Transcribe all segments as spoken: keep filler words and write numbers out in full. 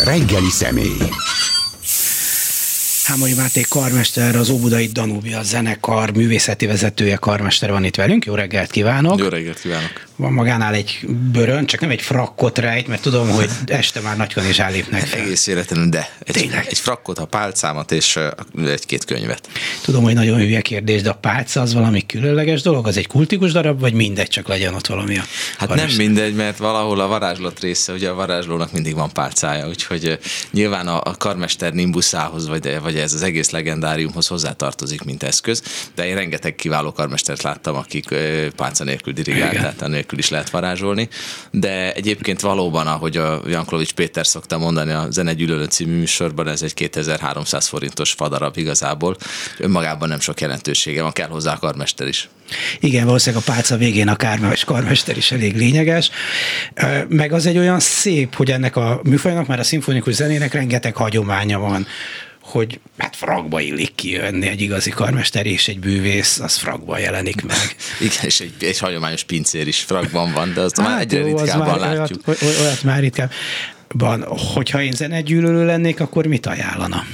Reggeli személy. Hámori Máté karmester, az Óbudai Danubia zenekar művészeti vezetője, karmester van itt velünk. Jó reggelt kívánok! Jó reggelt kívánok! Van magánál egy bőrön, csak nem egy frakkot rejt, mert tudom, hogy este már nagykanizsán lépnek fel. Egész életlenül, de egy, egy frakkot, a pálcámat és egy-két könyvet. Tudom, hogy nagyon hülye kérdés, de a pálca az valami különleges dolog? Az egy kultikus darab, vagy mindegy, csak legyen ott valami a Hát karmester? Nem mindegy, mert valahol a varázslat része, ugye a varázslónak mindig van pálcája, úgyhogy nyilván a, a karmester nimbuszához, vagy, vagy ez az egész legendáriumhoz hozzátartozik, mint eszköz, de én rengeteg kiváló karmestert láttam, akik pálca nélkül dirigálták, tehát anélkül is lehet varázsolni, de egyébként valóban, ahogy a Jankovics Péter szokta mondani a Zene Gyűlölő című műsorban, ez egy kétezer-háromszáz forintos fadarab igazából, önmagában nem sok jelentősége van, kell hozzá a karmester is. Igen, valószínűleg a pálca végén a karmester is elég lényeges, meg az egy olyan szép, hogy ennek a műfajnak, már a szimfonikus zenének rengeteg hagyománya van, hogy hát frakba illik kijönni egy igazi karmester, és egy bűvész, az frakban jelenik meg. Igen, és egy, egy hagyományos pincér is frakban van, de azt hát már egyre jó, ritkábban már látjuk. Olyat, olyat már ritkábban. Hogyha én zenegyűlölő lennék, akkor mit ajánlana?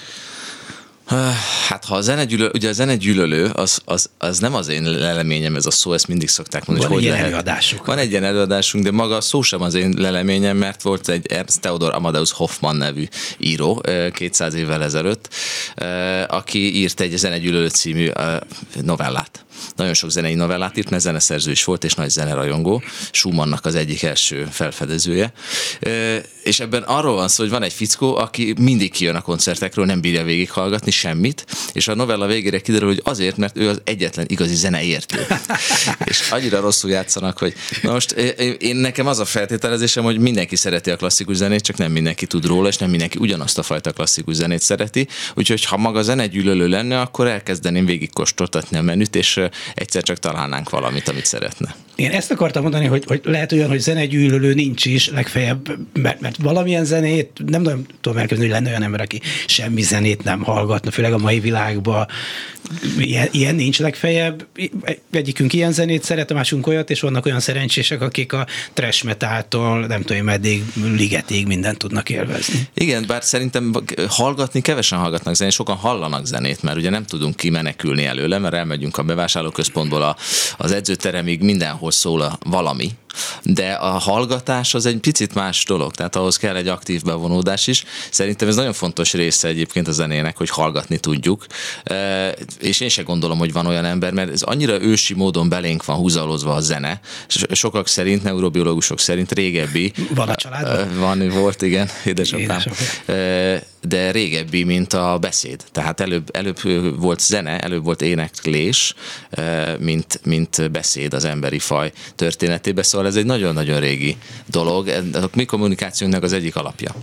Hát ha a zenegyűlölő, ugye a zenegyűlölő, az, az, az nem az én leleményem, ez a szó, ezt mindig szokták mondani. Van hogy egy hogy ilyen lehet. előadásuk. Van egy ilyen előadásunk, de maga a szó sem az én leleményem, mert volt egy Ernst Theodor Amadeus Hoffmann nevű író kétszáz évvel ezelőtt, aki írt egy Zenegyűlölő című novellát. Nagyon sok zenei novellát írt, mert zeneszerző is volt, és nagy zenerajongó. Schumannnak az egyik első felfedezője. És ebben arról van szó, hogy van egy fickó, aki mindig kijön a koncertekről, nem bírja végighallgatni semmit, és a novella végére kiderül, hogy azért, mert ő az egyetlen igazi zeneértő. És annyira rosszul játszanak, hogy na most én nekem az a feltételezésem, hogy mindenki szereti a klasszikus zenét, csak nem mindenki tud róla, és nem mindenki ugyanazt a fajta klasszikus zenét szereti. Úgyhogy ha maga zenegyűlölő lenne, akkor elkezdeném végigkóstoltatni a menüt, és egyszer csak találnánk valamit, amit szeretne. Én ezt akartam mondani, hogy, hogy lehet olyan, hogy zenegyűlölő nincs is, legfeljebb, mert, mert valamilyen zenét, nem tudom, tudom elképzelni, hogy lenne olyan ember, aki semmi zenét nem hallgatna, főleg a mai világban. Ilyen, ilyen nincs legfeljebb. Egyikünk ilyen zenét szeret, a másunk olyat, és vannak olyan szerencsések, akik a thrash metaltól, nem tudom, meddig, ligetig mindent tudnak élvezni. Igen, bár szerintem hallgatni kevesen hallgatnak zenét, sokan hallanak zenét, mert ugye nem tudunk kimenekülni előle, mert elmegyünk a bevásárlóközpontból a, az edzőteremig, mindenhol szól a valami. De a hallgatás az egy picit más dolog, tehát ahhoz kell egy aktív bevonódás is. Szerintem ez nagyon fontos része egyébként a zenének, hogy hallgatni tudjuk. És én se gondolom, hogy van olyan ember, mert ez annyira ősi módon belénk van húzalozva a zene. Sokak szerint, neurobiológusok szerint régebbi. Van a családban? Van, volt, igen, édesapám. Édesapám. De régebbi, mint a beszéd. Tehát előbb, előbb volt zene, előbb volt éneklés, mint, mint beszéd az emberi faj történetében. Szóval ez egy nagyon-nagyon régi dolog. A mi kommunikációnknak az egyik alapja.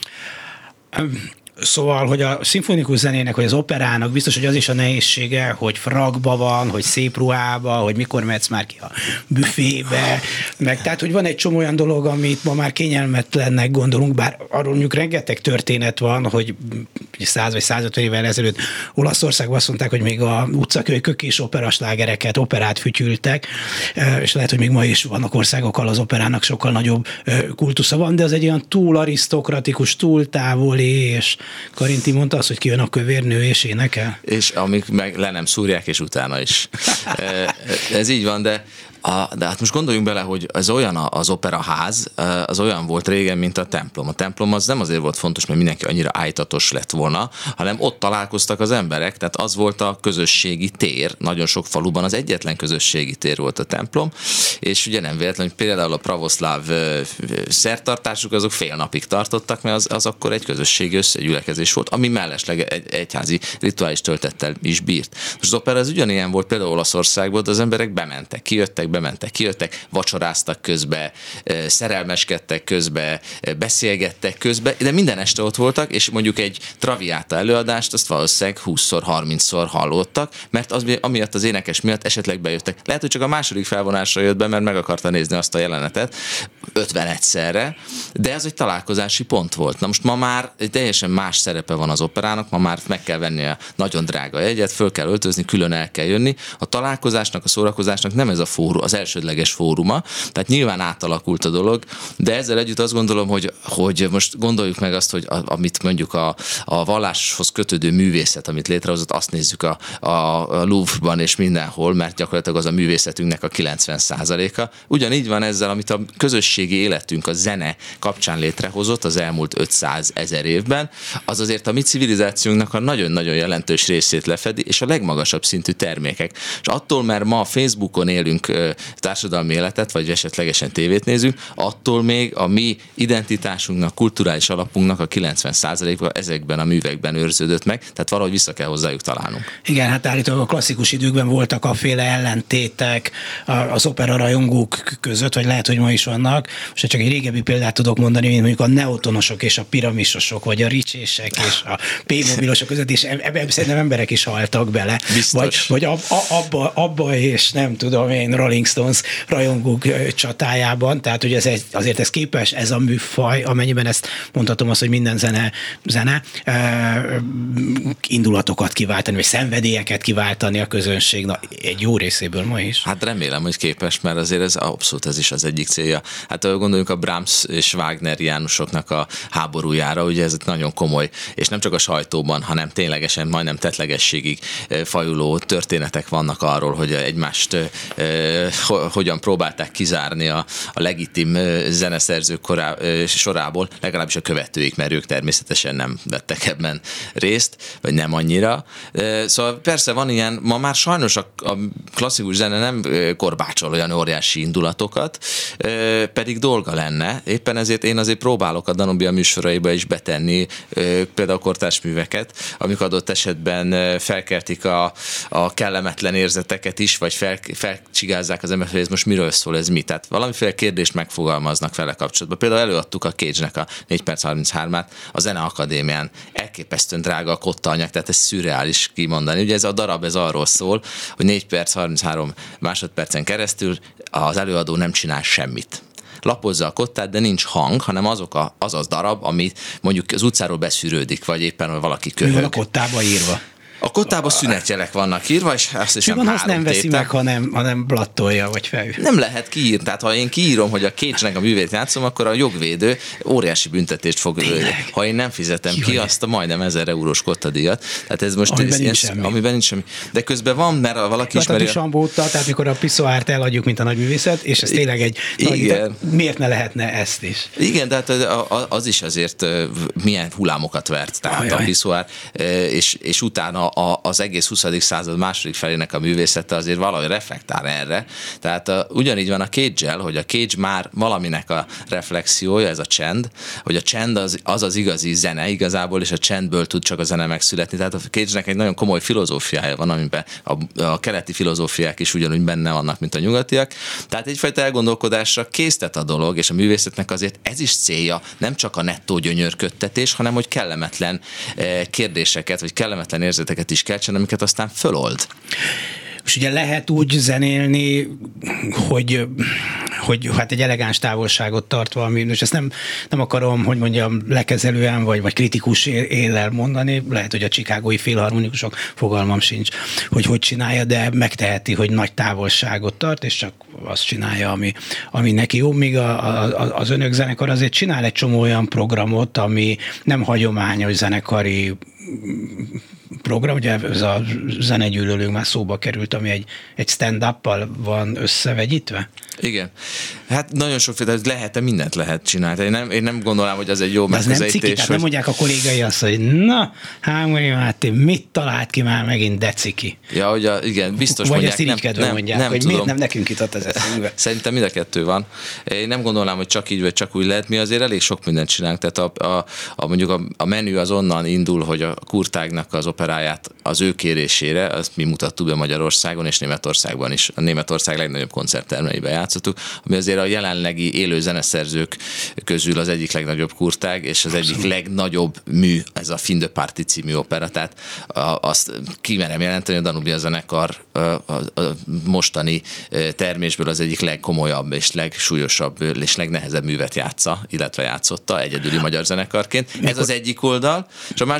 Szóval, hogy a szimfonikus zenének, vagy az operának biztos, hogy az is a nehézsége, hogy frakba van, hogy szép ruhába, hogy mikor mehetsz már ki a büfébe, meg tehát, hogy van egy csomó olyan dolog, amit ma már kényelmetlennek gondolunk, bár arról mondjuk rengeteg történet van, hogy száz vagy százötven évvel ezelőtt Olaszországban azt mondták, hogy még a utcakölykök és operaslágereket, operát fütyültek, és lehet, hogy még ma is vannak országok, ahol az operának sokkal nagyobb kultusza van, de az egy olyan túl arisztokratikus, túl távoli, és Karinti mondta azt, hogy kijön a kövérnő és énekel. És amik meg le nem szúrják, és utána is. Ez így van, de A, de hát most gondoljunk bele, hogy az olyan az operaház, az olyan volt régen, mint a templom. A templom az nem azért volt fontos, mert mindenki annyira ájtatos lett volna, hanem ott találkoztak az emberek, tehát az volt a közösségi tér. Nagyon sok faluban az egyetlen közösségi tér volt a templom, és ugye nem véletlen, hogy például a pravoszláv szertartásuk azok fél napig tartottak, mert az, az akkor egy közösségi összegyülekezés volt, ami mellesleg egy egyházi rituális töltettel is bírt. Most az opera az ugyanilyen volt például Olaszországban, de az emberek bementek, kijöttek, bementek, kijöttek, vacsoráztak közbe, szerelmeskedtek közbe, beszélgettek közbe, de minden este ott voltak, és mondjuk egy traviata előadást azt valószínűleg húszszor, harmincszor hallottak, mert az, amiatt az énekes miatt esetleg bejöttek. Lehet, hogy csak a második felvonásra jött be, mert meg akarta nézni azt a jelenetet ötvenegyszerre, de ez egy találkozási pont volt. Na most ma már egy teljesen más szerepe van az operának, ma már meg kell venni a nagyon drága jegyet, föl kell öltözni, külön el kell jönni. A találkozásnak, a szórakozásnak nem ez a fórum, az elsődleges fóruma, tehát nyilván átalakult a dolog, de ezzel együtt azt gondolom, hogy, hogy most gondoljuk meg azt, hogy a, amit mondjuk a, a valláshoz kötődő művészet, amit létrehozott, azt nézzük a, a, a Louvre-ban és mindenhol, mert gyakorlatilag az a művészetünknek a kilencven százaléka. Ugyanígy van ezzel, amit a közösségi életünk, a zene kapcsán létrehozott az elmúlt ötszázezer évben, az azért a mi civilizációnknak a nagyon-nagyon jelentős részét lefedi, és a legmagasabb szintű termékek. És attól, mert ma a Facebookon élünk társadalmi életet, vagy esetlegesen tévét nézünk, attól még a mi identitásunknak, kulturális alapunknak a kilencven százaléka ezekben a művekben őrződött meg, tehát valahogy vissza kell hozzájuk találnunk. Igen, hát állítólag a klasszikus időkben voltak a féle ellentétek az opera rajongók között, vagy lehet, hogy ma is vannak. Most csak egy régebbi példát tudok mondani, mint mondjuk a neotonosok és a piramisosok, vagy a ricsések és a P-mobilosok között, és ebben szerintem emberek is haltak bele. Biztos. Vagy, vagy ab, abba, abba és nem tudom én, Rolling Stones rajongók csatájában, tehát hogy ez egy, azért ez képes, ez a műfaj, amennyiben ezt mondhatom azt, hogy minden zene, zene indulatokat kiváltani, vagy szenvedélyeket kiváltani a közönség, na, egy jó részéből ma is. Hát remélem, hogy képes, mert azért ez abszolút ez is az egyik célja. Hát gondoljunk a Brahms és Wagner Jánosoknak a háborújára, ugye ez nagyon komoly, és nem csak a sajtóban, hanem ténylegesen majdnem tettlegességig fajuló történetek vannak arról, hogy egymást hogyan próbálták kizárni a, a legitim zeneszerzők korá, sorából, legalábbis a követőik, mert ők természetesen nem vettek ebben részt, vagy nem annyira. Szóval persze van ilyen, ma már sajnos a, a klasszikus zene nem korbácsol olyan óriási indulatokat, pedig dolga lenne. Éppen ezért én azért próbálok a Danubia műsoraiba is betenni például kortárs műveket, amik adott esetben felkeltik a, a kellemetlen érzeteket is, vagy fel, felcsigázzák az embert, hogy ez most miről szól, ez mi. Tehát valamiféle kérdést megfogalmaznak vele kapcsolatban. Például előadtuk a Cage-nek a négy perc harminchárom-át a Zeneakadémián. Elképesztően drága a kottaanyag, tehát ez szürreális kimondani. Ugye ez a darab, ez arról szól, hogy négy perc harminchárom másodpercen keresztül az előadó nem csinál semmit. Lapozza a kottát, de nincs hang, hanem azok a, az az darab, ami mondjuk az utcáról beszűrődik, vagy éppen valaki köhög. Mi van a kottába írva? A kottában szünetjelek vannak írva, és azt is van, azt nem veszi tétel. meg, hanem, hanem blattolja, vagy fel. Nem lehet kiírni. Tehát ha én kiírom, hogy a Cage-nek a művét játszom, akkor a jogvédő óriási büntetést fog lőni. Ha én nem fizetem Ki, ki azt a majdnem ezer eurós kottadíjat. Tehát ez most amiben, ez, nincs ez, amiben nincs semmi. De közben van, mert valaki ismeri... Tehát a Sambóta, tehát mikor a piszoárt eladjuk, mint a nagyművészet, és ez tényleg egy... Igen. Nagy, miért ne lehetne ezt is? Igen, tehát az is azért milyen hullámokat vert. Tehát Ajaj. a piszoár, és, és utána az egész huszadik század második felének a művészete azért valahogy reflektál erre. Tehát a, ugyanígy van a Cage-el, hogy a Cage már valaminek a reflexiója, ez a csend, hogy a csend az az, az igazi zene igazából, és a csendből tud csak a zene megszületni. Tehát a Cage-nek egy nagyon komoly filozófiája van, amiben a, a keleti filozófiák is ugyanúgy benne vannak, mint a nyugatiak. Tehát egyfajta elgondolkodásra késztet a dolog, és a művészetnek azért ez is célja, nem csak a nettó gyönyörködtetés, hanem hogy kellemetlen kérdéseket, vagy kellemetlen érzeteket is keltsen, amiket aztán fölold. És ugye lehet úgy zenélni, hogy, hogy hát egy elegáns távolságot tartva, ami, és ezt nem, nem akarom, hogy mondjam, lekezelően vagy, vagy kritikus éllel mondani, lehet, hogy a chicagói filharmonikusok, fogalmam sincs, hogy hogy csinálja, de megteheti, hogy nagy távolságot tart, és csak azt csinálja, ami, ami neki jó, míg a, a, az önök zenekar azért csinál egy csomó olyan programot, ami nem hagyományos zenekari program, ugye ez a zenegyűlölők már szóba került, ami egy, egy stand-up-pal van összevegyítve? Igen. Hát nagyon sokféle, lehet-e mindent lehet csinálni. Én nem, én nem gondolom, hogy az egy jó megközelítés. Ez nem ciki, tehát nem mondják a kollégai azt, hogy na, Hámori Máté, mit talált ki már megint, de ciki. Ja, hogy a, igen, biztos vagy mondják. Vagy ezt irigykedve mondják, nem hogy tudom. Miért nem nekünk jutott az eszünkbe. Szerintem mind a kettő van. Én nem gondolnám, hogy csak így, vagy csak úgy lehet. Mi azért elég sok mindent csinálunk. Tehát a, a, a, mondjuk a, a menü az onnan indul, hogy a Kurtágnak az operáját az ő kérésére, azt mi mutattuk be Magyarországon és Németországban is. A Németország legnagyobb koncerttermeiben játszottuk, ami azért a jelenlegi élő zeneszerzők közül az egyik legnagyobb Kurtág, és az egyik legnagyobb mű, ez a Fin de Party című opera. Tehát azt kimerem jelenteni, a Danubia zenekar a, a, a mostani termésből az egyik legkomolyabb és legsúlyosabb és legnehezebb művet játsza, illetve játszotta egyedüli magyar zenekarként. Ez az egyik oldal, és a másik oldalon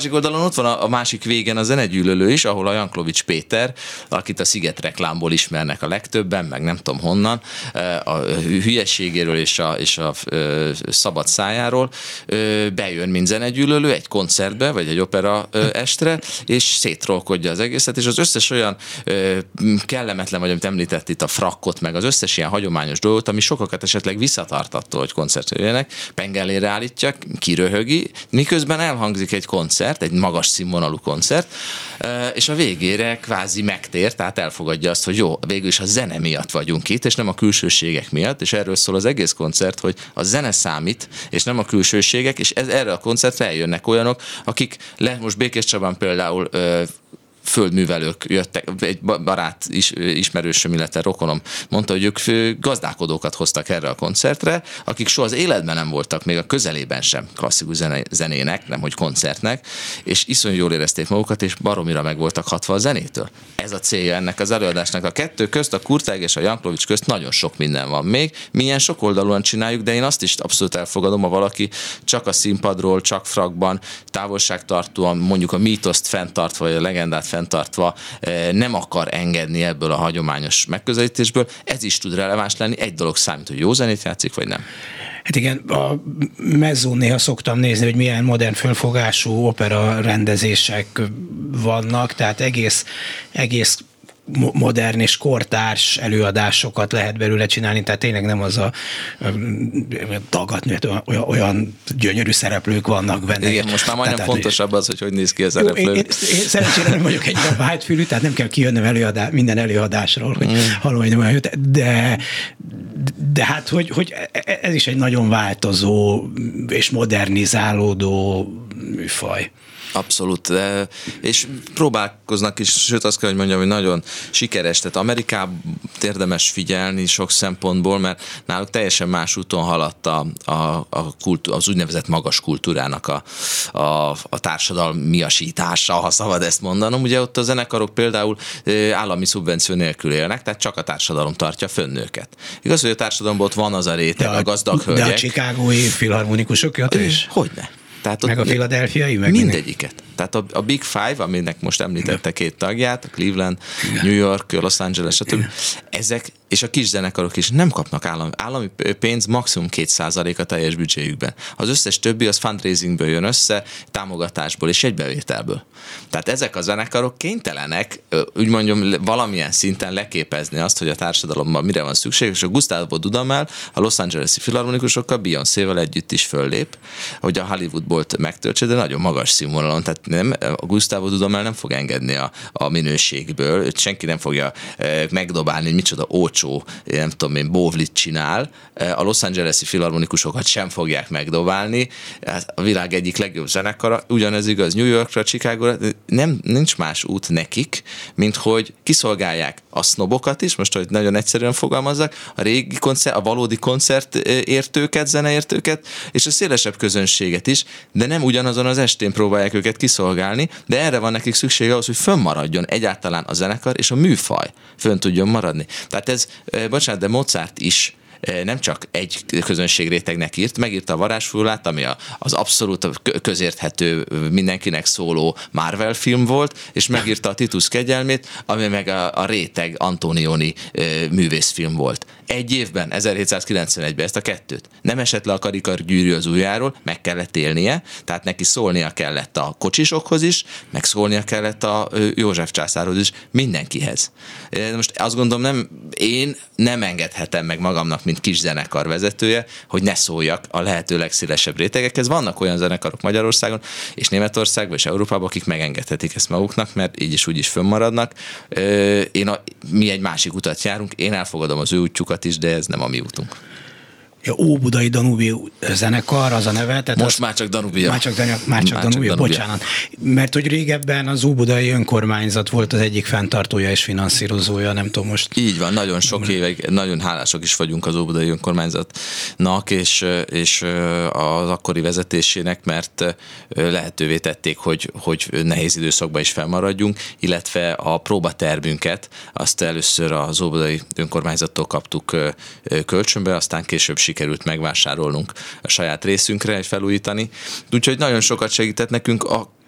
ott van a, a másik végen a zenegyűlölő is, ahol a Janklowicz Péter, akit a Sziget reklámból ismernek a legtöbben, meg nem tudom honnan, a hülyeségéről és a, és a szabad szájáról bejön, mint zenegyűlölő egy koncertbe, vagy egy opera estre, és szétrolkodja az egészet, és az összes olyan kellemetlen, vagy amit említett itt a frakkot, meg az összes ilyen hagyományos dolgot, ami sokakat esetleg visszatart attól, hogy koncertre jöjjenek, pengellére állítják, kiröhögi, miközben elhangzik egy koncert, egy magas színvonalú koncert, és a végére kvázi megtér, tehát elfogadja azt, hogy jó, végül is a zene miatt vagyunk itt, és nem a külsőségek miatt, és erről szól az egész koncert, hogy a zene számít, és nem a külsőségek, és ez, erre a koncertre eljönnek olyanok, akik le, most Békés Csabán például ö, földművelők jöttek, egy barát is, ismerősöm, illetve rokonom mondta, hogy ők gazdálkodókat hoztak erre a koncertre, akik soha az életben nem voltak, még a közelében sem klasszikus zene, zenének, nemhogy koncertnek, és iszonyú jól érezték magukat, és baromira meg voltak hatva a zenétől. Ez a célja ennek az előadásnak. A kettő közt, a Kurtág és a Janklowicz közt nagyon sok minden van még. Mi ilyen sokoldalúan csináljuk, de én azt is abszolút elfogadom, ha valaki csak a színpadról, csak frakban, távolságtartóan, mondjuk a mítoszt fenntartva, vagy a legendát fenntartva nem akar engedni ebből a hagyományos megközelítésből. Ez is tud releváns lenni. Egy dolog számít, hogy jó zenét játszik, vagy nem. Hát igen, a mezzón néha szoktam nézni, hogy milyen modern fölfogású opera rendezések vannak, tehát egész, egész modern és kortárs előadásokat lehet belőle csinálni, tehát tényleg nem az a dagadni, olyan, olyan gyönyörű szereplők vannak benne. Igen, most már majdnem tehát, fontosabb az, hogy hogy néz ki a szereplő. Jó, én, én, én szerencsére nem vagyok egy vágyfülű, tehát nem kell kijönnöm előadás, minden előadásról, hogy mm. hallom, hogy nem olyan jött, de, de hát, hogy, hogy ez is egy nagyon változó és modernizálódó műfaj. Abszolút, és próbálkoznak is, sőt azt kell, hogy mondjam, hogy nagyon sikeres, tehát Amerikában érdemes figyelni sok szempontból, mert náluk teljesen más úton haladt a, a, a kultúr, az úgynevezett magas kultúrának a, a, a társadalmiasítása, ha szabad ezt mondanom. Ugye ott a zenekarok például állami szubvenció nélkül élnek, tehát csak a társadalom tartja fönn őket. Igaz, hogy a társadalomban ott van az a réteg, a, a gazdag hölgyek. De a chicagói filharmonikusok is? Hogyne. Tehát meg a filadelfiai? Meg mindegyiket. Tehát a, a Big Five, aminek most említette két tagját, a Cleveland, New York, Los Angeles, stb. Ezek és a kis zenekarok is nem kapnak állami, állami pénz, maximum két százalék a teljes büdzséjükben. Az összes többi az fundraisingből jön össze, támogatásból és egybevételből. Tehát ezek a zenekarok kénytelenek, úgy mondjam, valamilyen szinten leképezni azt, hogy a társadalomban mire van szükség, és a Gustavo Dudamel a Los Angeles-i filharmonikusokkal Beyoncéval együtt is föllép, hogy a Hollywoodból megtöltse, de nagyon magas színvonalon. Tehát nem, a Gustavo Dudamel nem fog engedni a, a minőségből, senki nem fogja e, megdobálni, hogy micsoda olcsó, nem tudom én, bóvlit csinál. A Los Angeles-i filharmonikusokat sem fogják megdobálni. A világ egyik legjobb zenekara, ugyanez igaz New Yorkra, Chicagóra, nem, nincs más út nekik, mint hogy kiszolgálják a sznobokat is, most, hogy nagyon egyszerűen fogalmazzak, a régi koncert, a valódi koncertértőket, zeneértőket, és a szélesebb közönséget is, de nem ugyanazon az estén próbálják őket kiszolgálni, de erre van nekik szükség ahhoz, hogy fönnmaradjon egyáltalán a zenekar, és a műfaj fönn tudjon maradni. Tehát ez, bocsánat, de Mozart is nem csak egy közönségrétegnek írt, megírta a Varázsfülát, ami a, az abszolút közérthető, mindenkinek szóló Marvel film volt, és megírta a Titus kegyelmét, ami meg a, a réteg Antonioni művészfilm volt. Egy évben, ezerhétszázkilencvenegyben ezt a kettőt. Nem esett le a karikar gyűrű az ujjáról, meg kellett élnie, tehát neki szólnia kellett a kocsisokhoz is, meg szólnia kellett a József császárhoz is, mindenkihez. Most azt gondolom, nem, én nem engedhetem meg magamnak, mint kis zenekar vezetője, hogy ne szóljak a lehető legszélesebb rétegekhez. Vannak olyan zenekarok Magyarországon és Németországban és Európában, akik megengedhetik ezt maguknak, mert így is úgy is fönnmaradnak. Én a, mi egy másik utat járunk, én elfogadom az ő útjukat is, de ez nem a mi útunk. Ja, Óbudai Danubia zenekar, az a neve. Tehát most az, már csak Danubia. Már csak, már csak már Danubia, Danubia, bocsánat. Mert hogy régebben az Óbudai önkormányzat volt az egyik fenntartója és finanszírozója, nem tudom most. Így van, nagyon sok évek, nagyon hálások is vagyunk az Óbudai önkormányzatnak, és, és az akkori vezetésének, mert lehetővé tették, hogy, hogy nehéz időszakban is felmaradjunk, illetve a próbatermünket azt először az Óbudai önkormányzattól kaptuk kölcsönbe, aztán később sikerült megvásárolnunk a saját részünkre, egy felújítani. Úgyhogy nagyon sokat segített nekünk. A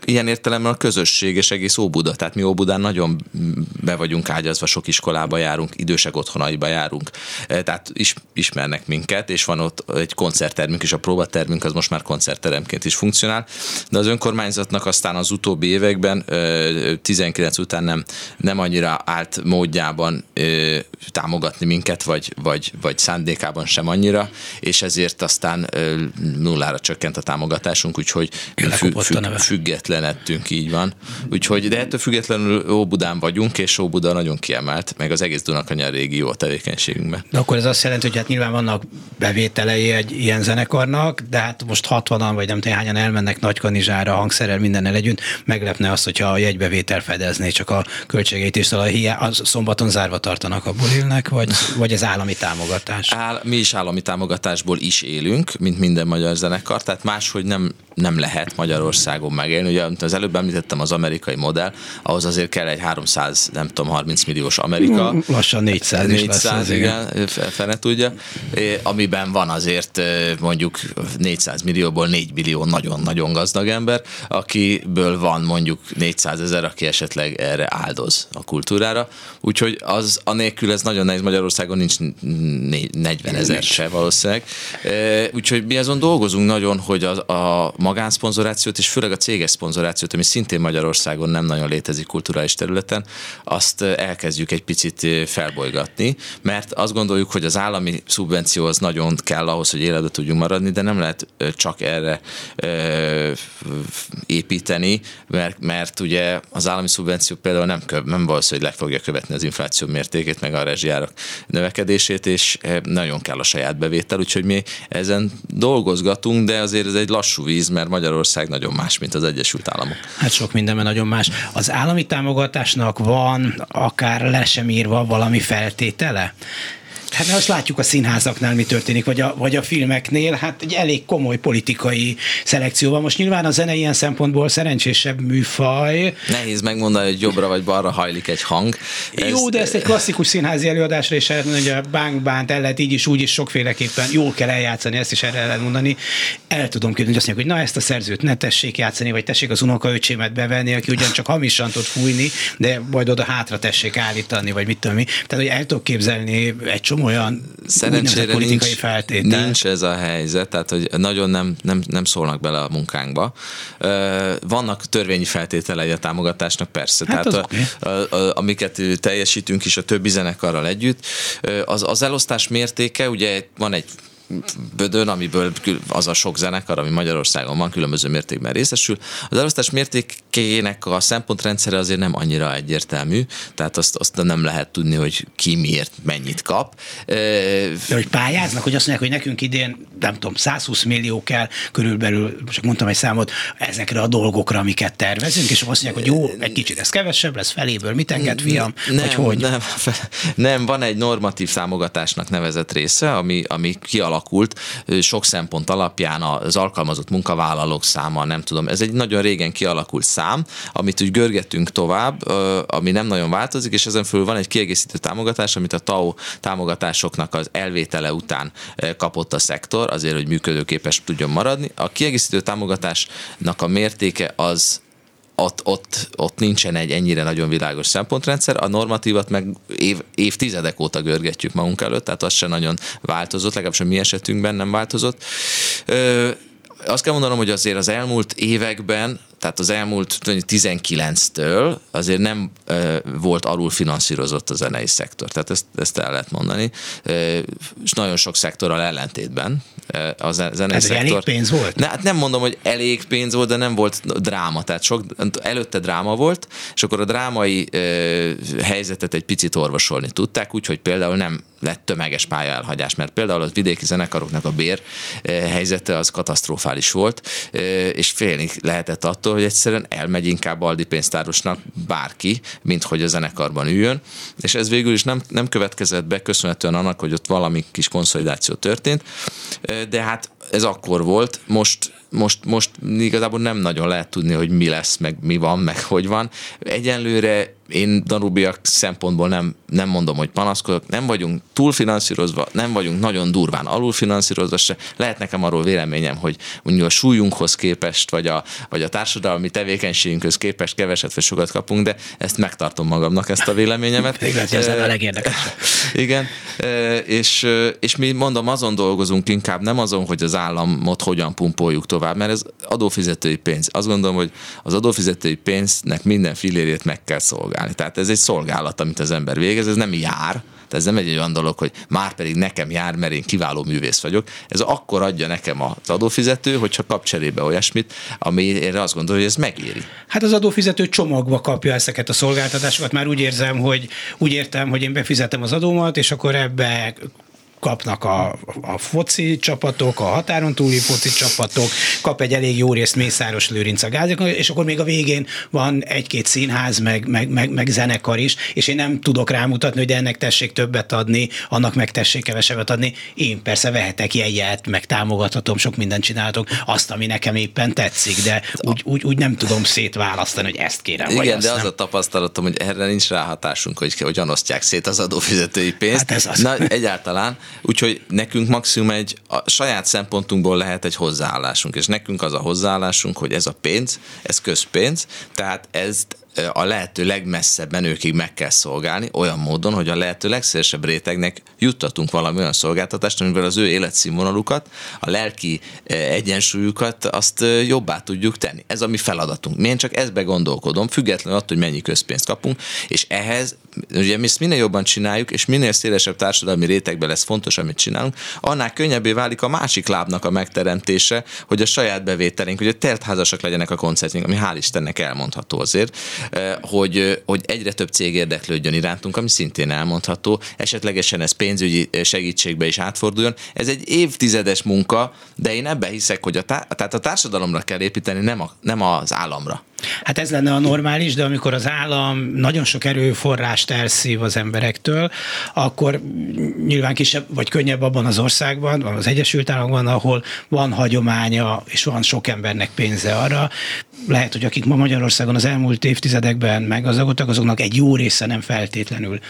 ilyen értelemben a közösség és egész Óbuda. Tehát mi Óbudán nagyon be vagyunk ágyazva, sok iskolába járunk, idősek otthonaiba járunk, tehát is, ismernek minket, és van ott egy koncerttermünk is, a próbatermünk az most már koncertteremként is funkcionál, de az önkormányzatnak aztán az utóbbi években tizenkilenc után nem, nem annyira állt módjában támogatni minket, vagy, vagy, vagy szándékában sem annyira, és ezért aztán nullára csökkent a támogatásunk, úgyhogy fü- fü- függetlenedtünk, így van. Úgyhogy, de ettől függetlenül Óbudán vagyunk, és Óbuda nagyon kiemelt, meg az egész Dunakanyar régió a tevékenységünkben. De akkor ez azt jelenti, hogy hát nyilván vannak bevételei egy ilyen zenekarnak, de hát most hatvanan vagy nem tudom hányan elmennek Nagykanizsára hangszerrel mindennel együtt, meglepne azt, hogyha a jegybevétel fedezné csak a költségeit, és a, a szombaton zárva tartanak, abból élnek, vagy, vagy ez állami támogatás? Áll, mi is állami támogatásból is élünk, mint minden magyar zenekar, tehát máshogy nem, nem lehet Magyarországon megélni. Ugye, az előbb említettem az amerikai modell, ahhoz azért kell egy háromszáz, nem tudom, harminc milliós Amerika. Lassan négyszáz, négyszáz is lesz. Igen, fene tudja. Amiben van azért mondjuk négyszáz millióból négy millió nagyon-nagyon gazdag ember, akiből van mondjuk négyszázezer, aki esetleg erre áldoz a kultúrára. Úgyhogy az anélkül ez nagyon nehéz, Magyarországon nincs negyvenezer se valószínűleg. Úgyhogy mi azon dolgozunk nagyon, hogy a, a magánszponzorációt, és főleg a céges szponzorációt, ami szintén Magyarországon nem nagyon létezik kulturális területen, azt elkezdjük egy picit felbolygatni, mert azt gondoljuk, hogy az állami szubvenció az nagyon kell ahhoz, hogy életbe tudjunk maradni, de nem lehet csak erre építeni, mert, mert ugye az állami szubvenció például nem, kö, nem valószínű, hogy le fogja követni az infláció mértékét, meg a rezsijárak növekedését, és nagyon kell a saját bevétel, úgyhogy mi ezen dolgozgatunk, de azért ez egy lassú víz, mert Magyarország nagyon más, mint az Egyesült Államok. Hát sok mindenben nagyon más. Az állami támogatásnak van akár le sem írva valami feltétele? Hát azt látjuk a színházaknál, mi történik, vagy a, vagy a filmeknél, hát egy elég komoly politikai szelekció van. Most nyilván a zene ilyen szempontból szerencsésebb műfaj. Nehéz megmondani, hogy jobbra vagy balra hajlik egy hang. Ez... Jó, de ezt egy klasszikus színházi előadásra is el hogy a bánk-bánt el lehet így is, úgy is sokféleképpen jól kell eljátszani, ezt is erre lehet mondani. El tudom képzelni, hogy azt mondják, hogy na ezt a szerzőt ne tessék játszani, vagy tessék az unokaöcsémet bevenni, aki ugyancsak hamisan tud fújni, de majd oda hátra tessék állítani, vagy mit tudom mi. Tehát, hogy el tudok képzelni egy olyan szerencsére politikai nincs, feltétel. Nincs ez a helyzet, tehát hogy nagyon nem, nem, nem szólnak bele a munkánkba. Vannak törvényi feltételei a támogatásnak, persze. Hát tehát az a, a, a, amiket teljesítünk is a többi zenekarral együtt. Az, az elosztás mértéke, ugye van egy bödön, amiből az a sok zenekar, ami Magyarországon van, különböző mértékben részesül. Az elosztás mértékének a szempontrendszere azért nem annyira egyértelmű, tehát azt, azt nem lehet tudni, hogy ki miért mennyit kap. De hogy pályáznak, hogy azt mondják, hogy nekünk idén, nem tudom, száz húsz millió kell körülbelül, csak mondtam egy számot, ezekre a dolgokra, amiket tervezünk, és azt mondják, hogy jó, egy kicsit ez kevesebb lesz, feléből mit enged, fiam? Nem, vagy hogy? Nem, nem, van egy normatív támogatásnak nevezett része, ami, ami kialakul alakult, sok szempont alapján az alkalmazott munkavállalók száma, nem tudom, ez egy nagyon régen kialakult szám, amit úgy görgetünk tovább, ami nem nagyon változik, és ezen fölül van egy kiegészítő támogatás, amit a té á o támogatásoknak az elvétele után kapott a szektor, azért, hogy működőképes tudjon maradni. A kiegészítő támogatásnak a mértéke az Ott, ott, ott nincsen egy ennyire nagyon világos szempontrendszer, a normatívat meg év, évtizedek óta görgetjük magunk előtt, tehát az sem nagyon változott, legalábbis a mi esetünkben nem változott. Ö, azt kell mondanom, hogy azért az elmúlt években, tehát az elmúlt tizenkilenctől azért nem e, volt alul finanszírozott a zenei szektor. Tehát ezt, ezt el lehet mondani. E, és nagyon sok szektorral ellentétben e, a zenei ez szektor. Elég pénz volt? Ne, hát nem mondom, hogy elég pénz volt, de nem volt dráma. Tehát sok, előtte dráma volt, és akkor a drámai e, helyzetet egy picit orvosolni tudták, úgyhogy például nem lett tömeges pályaelhagyás, mert például a vidéki zenekaroknak a bér e, helyzete az katasztrofális volt, e, és félni lehetett attól, hogy egyszerűen elmegy inkább Aldi pénztárosnak bárki, mint hogy a zenekarban üljön, és ez végül is nem, nem következett be, köszönhetően annak, hogy ott valami kis konszolidáció történt, de hát ez akkor volt, most Most, most igazából nem nagyon lehet tudni, hogy mi lesz, meg mi van, meg hogy van. Egyenlőre én danubiak szempontból nem, nem mondom, hogy panaszkodok, nem vagyunk túlfinanszírozva, nem vagyunk nagyon durván alulfinanszírozva se. Lehet nekem arról véleményem, hogy mondjuk a súlyunkhoz képest, vagy a, vagy a társadalmi tevékenységünkhöz képest keveset vagy sokat kapunk, de ezt megtartom magamnak, ezt a véleményemet. Igen, ez a legérdekesebb. Igen, és, és mi mondom, azon dolgozunk inkább, nem azon, hogy az államot hogyan pumpoljuk tovább, mert ez adófizetői pénz. Azt gondolom, hogy az adófizetői pénznek minden fillérét meg kell szolgálni. Tehát ez egy szolgálat, amit az ember végez, ez nem jár. Tehát ez nem egy olyan dolog, hogy már pedig nekem jár, mert én kiváló művész vagyok. Ez akkor adja nekem az adófizető, hogyha kap cserébe olyasmit, amire azt gondolom, hogy ez megéri. Hát az adófizető csomagba kapja ezeket a szolgáltatásokat. Már úgy érzem, hogy úgy értem, hogy én befizetem az adómat, és akkor ebbe kapnak a, a foci csapatok, a határon túli foci csapatok, kap egy elég jó részt Mészáros Lőrinc a Gázikon, és akkor még a végén van egy-két színház, meg, meg, meg, meg zenekar is, és én nem tudok rámutatni, hogy ennek tessék többet adni, annak meg tessék kevesebbet adni. Én persze vehetek jegyet, meg támogathatom, sok mindent csinálhatok, azt, ami nekem éppen tetszik, de úgy, úgy, úgy nem tudom szétválasztani, hogy ezt kérem. Igen, vagy de azt az nem. a tapasztalatom, hogy erre nincs ráhatásunk, hogy, hogy osztják szét az adófizetői pénzt. Hát ez az. Na, egyáltalán. Úgyhogy nekünk maximum egy, a saját szempontunkból lehet egy hozzáállásunk, és nekünk az a hozzáállásunk, hogy ez a pénz, ez közpénz, tehát ezt a lehető legmesszebb menőkig meg kell szolgálni, olyan módon, hogy a lehető legszélesebb rétegnek juttatunk valami olyan szolgáltatást, amivel az ő életszínvonalukat, a lelki egyensúlyukat azt jobbá tudjuk tenni. Ez a mi feladatunk. Én csak ezbe gondolkodom, függetlenül attól, hogy mennyi közpénzt kapunk, és ehhez, ugye mi ezt minél jobban csináljuk, és minél szélesebb társadalmi rétegben lesz fontos, amit csinálunk, annál könnyebbé válik a másik lábnak a megteremtése, hogy a saját bevételünk, hogy a teltházasak legyenek a koncertjünk, ami hál' Istennek elmondható azért, hogy, hogy egyre több cég érdeklődjön irántunk, ami szintén elmondható, esetlegesen ez pénzügyi segítségbe is átforduljon. Ez egy évtizedes munka, de én ebben hiszek, hogy a, tá- tehát a társadalomra kell építeni, nem, a, nem az államra. Hát ez lenne a normális, de amikor az állam nagyon sok erőforrást elszív az emberektől, akkor nyilván kisebb vagy könnyebb abban az országban, az Egyesült Államokban, ahol van hagyománya, és van sok embernek pénze arra. Lehet, hogy akik ma Magyarországon az elmúlt évtizedekben meggazdagodtak, azoknak egy jó része nem feltétlenül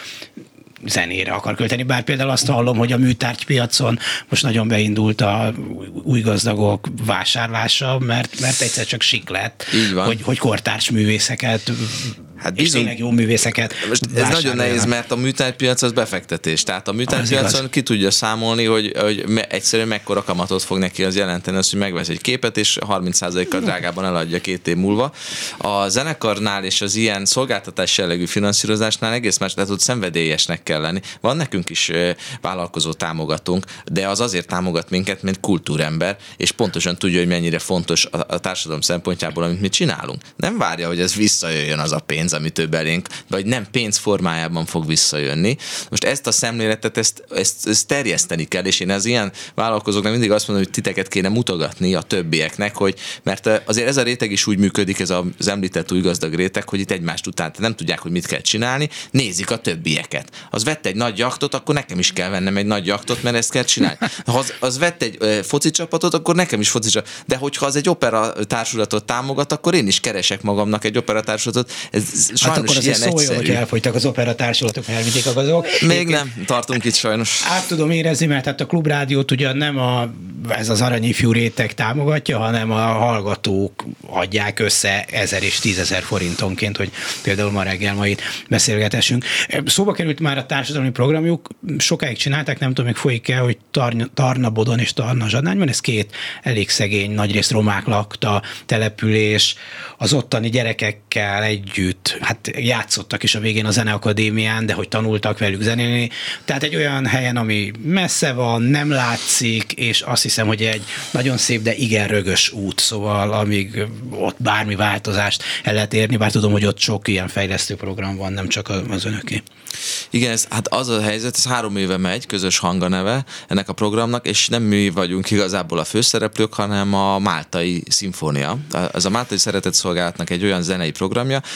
zenére akar költeni, bár például azt hallom, hogy a műtárgypiacon most nagyon beindult a új gazdagok vásárlása, mert, mert egyszer csak sik lett, hogy, hogy kortárs művészeket, hát és tényleg jó művészeket most ez nagyon nehéz, mert a műtárgypiac az befektetés, tehát a műtárgypiacon ki tudja számolni, hogy, hogy egyszerűen mekkora kamatot fog neki az jelenteni, az, hogy megvesz egy képet, és harminc százalékkal drágában eladja két év múlva. A zenekarnál és az ilyen szolgáltatás jellegű finanszírozásnál egész más, tehát ott szenvedélyesnek kell lenni. Van nekünk is vállalkozó támogatónk, de az azért támogat minket, mint kultúrember, és pontosan tudja, hogy mennyire fontos a társadalom szempontjából, amit mi csinálunk. Nem várja, hogy ez visszajöjjön az a pénz, ami több elénk, vagy nem pénz formájában fog visszajönni. Most ezt a szemléletet, ezt, ezt, ezt terjeszteni kell, és én az ilyen vállalkozóknak mindig azt mondom, hogy titeket kéne mutogatni a többieknek, hogy, mert azért ez a réteg is úgy működik, ez az említett új gazdag réteg, hogy itt egymást után nem tudják, hogy mit kell csinálni, nézik a többieket. Az vett egy nagy jaktot, akkor nekem is kell vennem egy nagy jaktot, mert ezt kell csinálni. Ha az, az vett egy uh, foci csapatot, akkor nekem is foci csapatot. De hogyha az egy opera társulatot támogat, akkor én is keresek magamnak egy opera társulatot. Ez sajnos hát akkor ilyen szóljon, egyszerű. Hogy elfogytak az opera társulatok, mert elvitték a gazok. Még Én nem, tartunk itt sajnos. Át tudom érezni, mert hát a Klubrádiót ugyan nem a, ez az aranyifjú réteg támogatja, hanem a hallgatók adják össze ezer és tízezer forintonként, hogy például ma reggel ma itt beszélgetessünk. Szóba került már a társadalmi programjuk, sokáig csinálták, nem tudom, még folyik el, hogy Tarnabodon és Tarnazsadnányban, ez két elég szegény, nagyrészt romák lakta település, az ottani gyerekekkel együtt, hát játszottak is a végén a Zeneakadémián, de hogy tanultak velük zenélni. Tehát egy olyan helyen, ami messze van, nem látszik, és azt hiszem, hogy egy nagyon szép, de igen rögös út, szóval amíg ott bármi változást el lehet érni, bár tudom, hogy ott sok ilyen fejlesztő program van, nem csak az önöké. Igen, ez, hát az a helyzet, ez három éve megy, közös hang a neve ennek a programnak, és nem mi vagyunk igazából a főszereplők, hanem a Máltai Szimfónia. Ez a Máltai Szeretett Szolgálatnak egy olyan zenei programja, ahol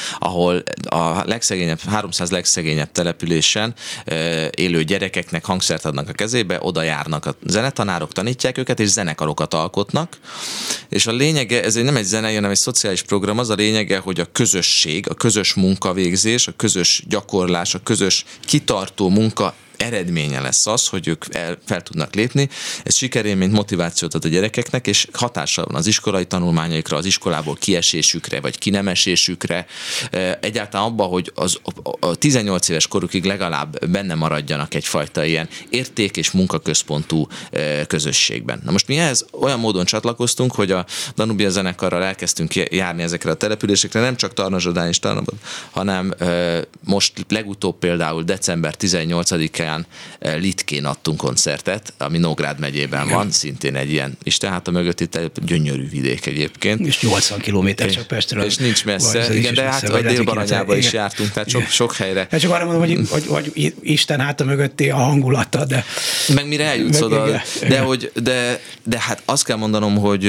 ahol a legszegényebb, háromszáz legszegényebb településen élő gyerekeknek hangszert adnak a kezébe, oda járnak a zenetanárok, tanítják őket, és zenekarokat alkotnak. És a lényege, ez nem egy zenei, hanem egy szociális program, az a lényege, hogy a közösség, a közös munkavégzés, a közös gyakorlás, a közös kitartó munka eredménye lesz az, hogy ők el, fel tudnak lépni. Ez sikerélményt, motivációt ad a gyerekeknek, és hatással van az iskolai tanulmányaikra, az iskolából kiesésükre, vagy kinemesésükre. Egyáltalán abban, hogy az, a tizennyolc éves korukig legalább benne maradjanak egyfajta ilyen érték- és munkaközpontú közösségben. Na most mi ehhez olyan módon csatlakoztunk, hogy a Danubia zenekarral elkezdtünk járni ezekre a településekre, nem csak Tarnasdodán és Tarnabad, hanem most legutóbb például december tizennyolcadikán Litkén adtunk koncertet, ami Nógrád megyében van, szintén egy ilyen istenháta mögötti gyönyörű vidék egyébként. És nyolcvan kilométer csak Pestről. És nincs messze, igen, de hát a Dél-Baranyába is jártunk, tehát sok, sok helyre. Hát csak arra mondom, hogy, hogy, hogy istenháta mögötti a hangulata, de... Meg mire eljutsz meg, oda, igen, de, igen. Hogy, de, de hát azt kell mondanom, hogy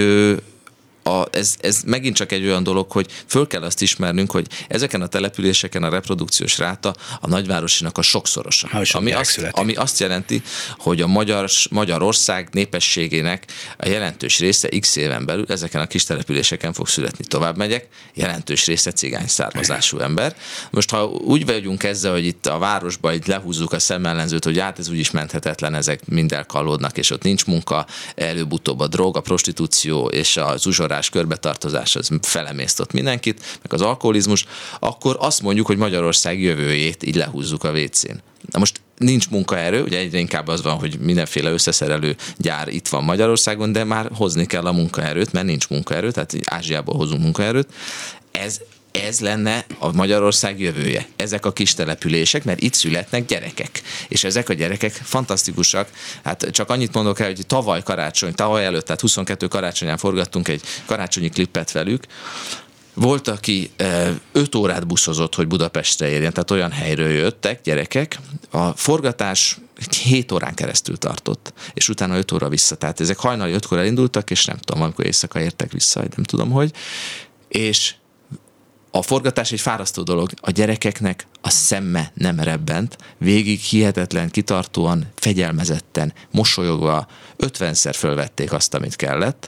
A, ez, ez megint csak egy olyan dolog, hogy föl kell azt ismernünk, hogy ezeken a településeken a reprodukciós ráta a nagyvárosinak a sokszorosa. Ami azt, ami azt jelenti, hogy a Magyar, Magyarország népességének a jelentős része x éven belül ezeken a kis településeken fog születni. Tovább megyek, jelentős része cigány származású ember. Most ha úgy vagyunk ezzel, hogy itt a városban így lehúzzuk a szemellenzőt, hogy hát ez úgyis menthetetlen, ezek mind elkallódnak, és ott nincs munka, előbb-utóbb a drog, a prostitúció és az uzsora körbetartozás, az felemészt ott mindenkit, meg az alkoholizmus, akkor azt mondjuk, hogy Magyarország jövőjét így lehúzzuk a vécén. Na most nincs munkaerő, ugye egyre inkább az van, hogy mindenféle összeszerelő gyár itt van Magyarországon, de már hozni kell a munkaerőt, mert nincs munkaerő, tehát Ázsiából hozunk munkaerőt. Ez Ez lenne a Magyarország jövője. Ezek a kis települések, mert itt születnek gyerekek. És ezek a gyerekek fantasztikusak. Hát csak annyit mondok el, hogy tavaly karácsony, tavaly előtt, tehát huszonkettő karácsonyán forgattunk egy karácsonyi klippet velük. Volt, aki öt órát buszozott, hogy Budapestre érjen, tehát olyan helyről jöttek gyerekek. A forgatás hét órán keresztül tartott, és utána öt óra vissza. Tehát ezek hajnali ötkor elindultak, és nem tudom, amikor éjszaka értek vissza, nem tudom, hogy. És a forgatás egy fárasztó dolog. A gyerekeknek a szeme nem rebbent, végig hihetetlen, kitartóan, fegyelmezetten, mosolyogva, ötvenszer fölvették azt, amit kellett,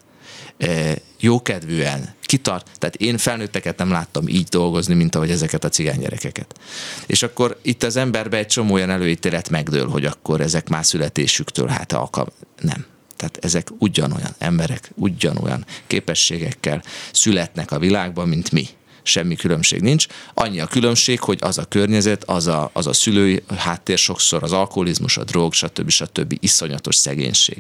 jókedvűen, kitart, tehát én felnőtteket nem láttam így dolgozni, mint ahogy ezeket a cigány gyerekeket. És akkor itt az emberbe egy csomó olyan előítélet megdől, hogy akkor ezek már születésüktől, hát alkalm... nem. Tehát ezek ugyanolyan emberek, ugyanolyan képességekkel születnek a világban, mint mi. Semmi különbség nincs. Annyi a különbség, hogy az a környezet, az a, az a szülői háttér sokszor, az alkoholizmus, a drog, stb. stb. Iszonyatos szegénység.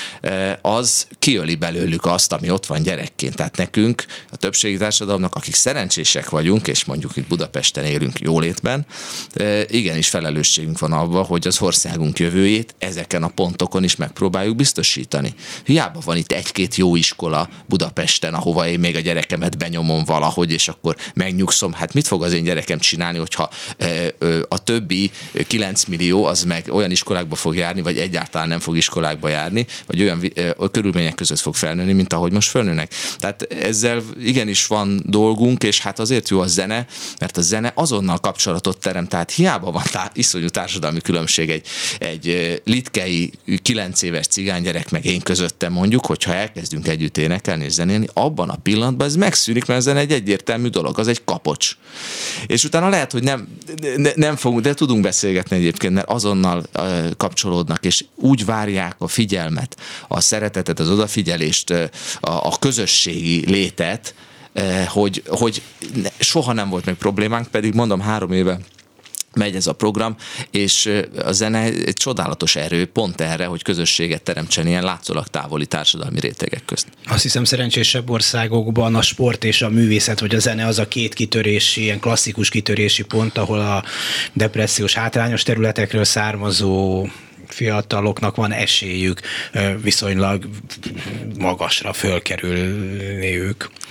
Az kiöli belőlük azt, ami ott van gyerekként. Tehát nekünk, a többségi társadalomnak, akik szerencsések vagyunk, és mondjuk itt Budapesten élünk jólétben, igenis felelősségünk van abban, hogy az országunk jövőjét ezeken a pontokon is megpróbáljuk biztosítani. Hiába van itt egy-két jó iskola Budapesten, ahova én még a gyerekemet benyomom valahogy, és akkor megnyugszom, hát mit fog az én gyerekem csinálni, hogyha a többi kilenc millió az meg olyan iskolákba fog járni, vagy egyáltalán nem fog iskolákba járni, vagy olyan körülmények között fog felnőni, mint ahogy most felnőnek. Tehát ezzel igenis van dolgunk, és hát azért jó a zene, mert a zene azonnal kapcsolatot teremt, tehát hiába van tá- iszonyú társadalmi különbség egy, egy litkei kilenc éves cigánygyerek meg én közöttem mondjuk, hogyha elkezdünk együtt énekelni és zenélni, abban a pillanatban ez megszűnik, mert a zene egy egyértelmű dolog, az egy kapocs. És utána lehet, hogy nem, ne, nem fogunk, de tudunk beszélgetni egyébként, mert azonnal uh, kapcsolódnak, és úgy várják a figyelmet, a szeretetet, az odafigyelést, uh, a, a közösségi létet, uh, hogy, hogy soha nem volt meg problémánk, pedig mondom, három éve megy ez a program, és a zene egy csodálatos erő pont erre, hogy közösséget teremtsen ilyen látszólag távoli társadalmi rétegek közt. Azt hiszem, szerencsésebb országokban a sport és a művészet, vagy a zene az a két kitörési, ilyen klasszikus kitörési pont, ahol a depressziós, hátrányos területekről származó fiataloknak van esélyük viszonylag magasra fölkerülniük.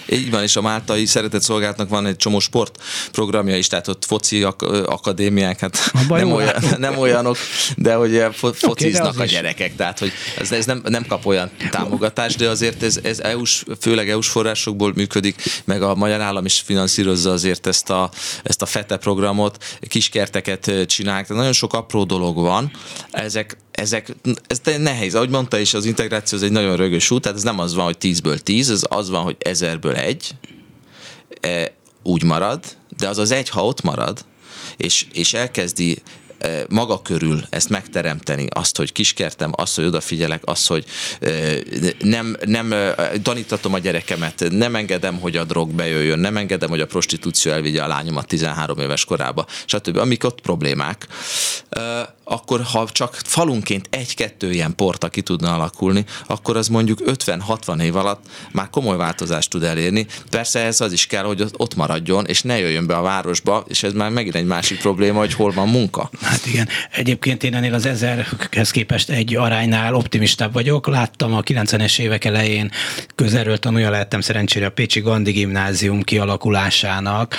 Így van, és a máltai szeretett szolgálatnak van egy csomó sportprogramja is, tehát ott foci ak- akadémiák, hát nem, olyan, nem olyanok, de hogy fociznak okay, a gyerekek, is. Tehát hogy ez, ez nem, nem kap olyan támogatást, de azért ez, ez é u-s, főleg é u-s forrásokból működik, meg a magyar állam is finanszírozza azért ezt a, ezt a FETE programot, kiskerteket csinálják, nagyon sok apró dolog van, ezek Ezek, ez nehéz, ahogy mondta is, az integráció az egy nagyon rögös út, tehát ez nem az van, hogy tízből tíz, ez az van, hogy ezerből egy, e, úgy marad, de az az egy, ha ott marad, és, és elkezdi maga körül ezt megteremteni, azt, hogy kiskertem, azt, hogy odafigyelek, azt, hogy nem, nem tanítatom a gyerekemet, nem engedem, hogy a drog bejöjjön, nem engedem, hogy a prostitúció elvigye a lányomat tizenhárom éves korába, stb. Amik ott problémák, akkor ha csak falunként egy-kettő ilyen porta ki tudna alakulni, akkor az mondjuk ötven-hatvan év alatt már komoly változást tud elérni. Persze ez az is kell, hogy ott maradjon, és ne jöjjön be a városba, és ez már megint egy másik probléma, hogy hol van munka. Hát igen. Egyébként én ennél az ezerhez képest egy aránynál optimistább vagyok. Láttam a kilencvenes évek elején, közelről tanulja lehettem szerencsére a Pécsi Gandhi Gimnázium kialakulásának,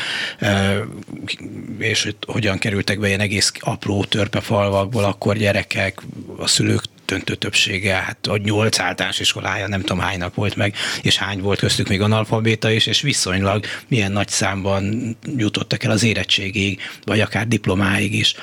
és hogyan kerültek be ilyen egész apró törpefalvakból akkor gyerekek, a szülők döntő többsége, hát a nyolc általános iskolája, nem tudom hánynak volt meg, és hány volt köztük még analfabéta is, és viszonylag milyen nagy számban jutottak el az érettségig, vagy akár diplomáig is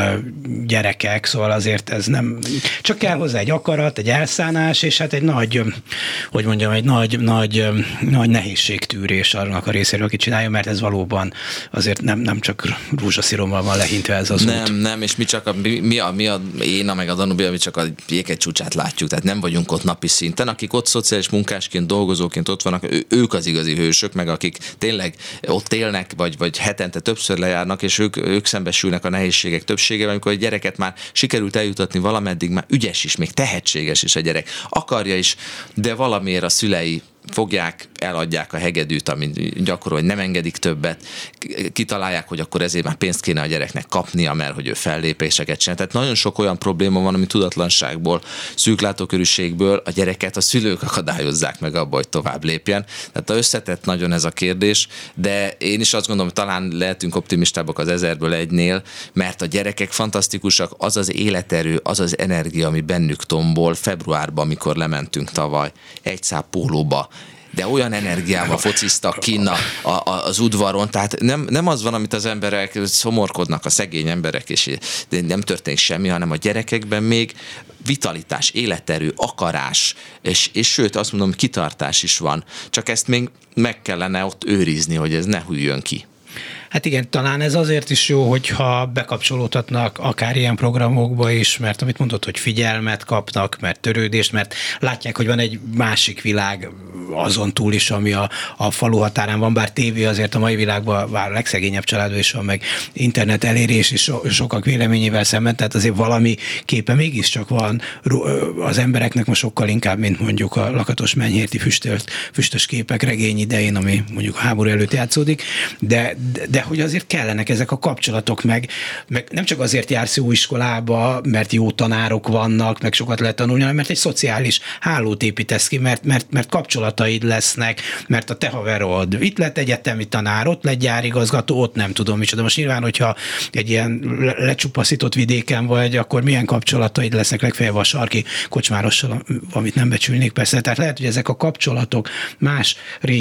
gyerekek, szóval azért ez nem, csak kell hozzá egy akarat, egy elszánás, és hát egy nagy, hogy mondjam, egy nagy, nagy, nagy nehézségtűrés annak a részéről, aki csinálja, mert ez valóban azért nem, nem csak rózsaszirommal van lehintve ez az nem, út. Nem, és mi csak a, mi a, mi a én, meg a Danubia, mi csak a egy csúcsát látjuk, tehát nem vagyunk ott napi szinten. Akik ott szociális munkásként, dolgozóként ott vannak, ők az igazi hősök, meg akik tényleg ott élnek, vagy, vagy hetente többször lejárnak, és ők, ők szembesülnek a nehézségek többségével, amikor a gyereket már sikerült eljutatni valameddig, már ügyes is, még tehetséges is a gyerek. Akarja is, de valamiért a szülei fogják, eladják a hegedűt, amit gyakorol, hogy nem engedik többet, kitalálják, hogy akkor ezért már pénzt kéne a gyereknek kapnia, mert hogy ő fellépéseket csinál. Tehát nagyon sok olyan probléma van, ami tudatlanságból, szűklátókörűségből a gyereket a szülők akadályozzák meg abba, hogy tovább lépjen. Tehát összetett nagyon ez a kérdés, de én is azt gondolom, hogy talán lehetünk optimistábbak az ezerből egynél, mert a gyerekek fantasztikusak, az az életerő, az az energia, ami bennük tombol. Februárban, amikor lementünk tavaly, egy szál pólóba, de olyan energiával fociztak kinn a, a, az udvaron, tehát nem, nem az van, amit az emberek szomorkodnak, a szegény emberek, és nem történik semmi, hanem a gyerekekben még vitalitás, életerő, akarás, és, és sőt, azt mondom, kitartás is van. Csak ezt még meg kellene ott őrizni, hogy ez ne hűljön ki. Hát igen, talán ez azért is jó, hogyha bekapcsolódhatnak akár ilyen programokba is, mert amit mondod, hogy figyelmet kapnak, mert törődést, mert látják, hogy van egy másik világ azon túl is, ami a, a falu határán van, bár tévé azért a mai világban, bár a legszegényebb családban is van, meg internet elérés is so, sokak véleményével szemben, tehát azért valami képe mégiscsak van az embereknek most sokkal inkább, mint mondjuk a Lakatos Menyhérti füstölt, füstös képek regény idején, ami mondjuk a háború előtt játszódik, de, de, de hogy azért kellenek ezek a kapcsolatok, meg, meg nem csak azért jársz jó iskolába, mert jó tanárok vannak, meg sokat lehet tanulni, hanem mert egy szociális hálót építesz ki, mert, mert, mert kapcsolataid lesznek, mert a te haverod itt lett egyetemi tanár, ott lett gyárigazgató, ott nem tudom micsoda. Most nyilván, hogyha egy ilyen lecsupaszított vidéken vagy, akkor milyen kapcsolataid lesznek, legfeljebb a sarki kocsmárossal, amit nem becsülnék persze. Tehát lehet, hogy ezek a kapcsolatok más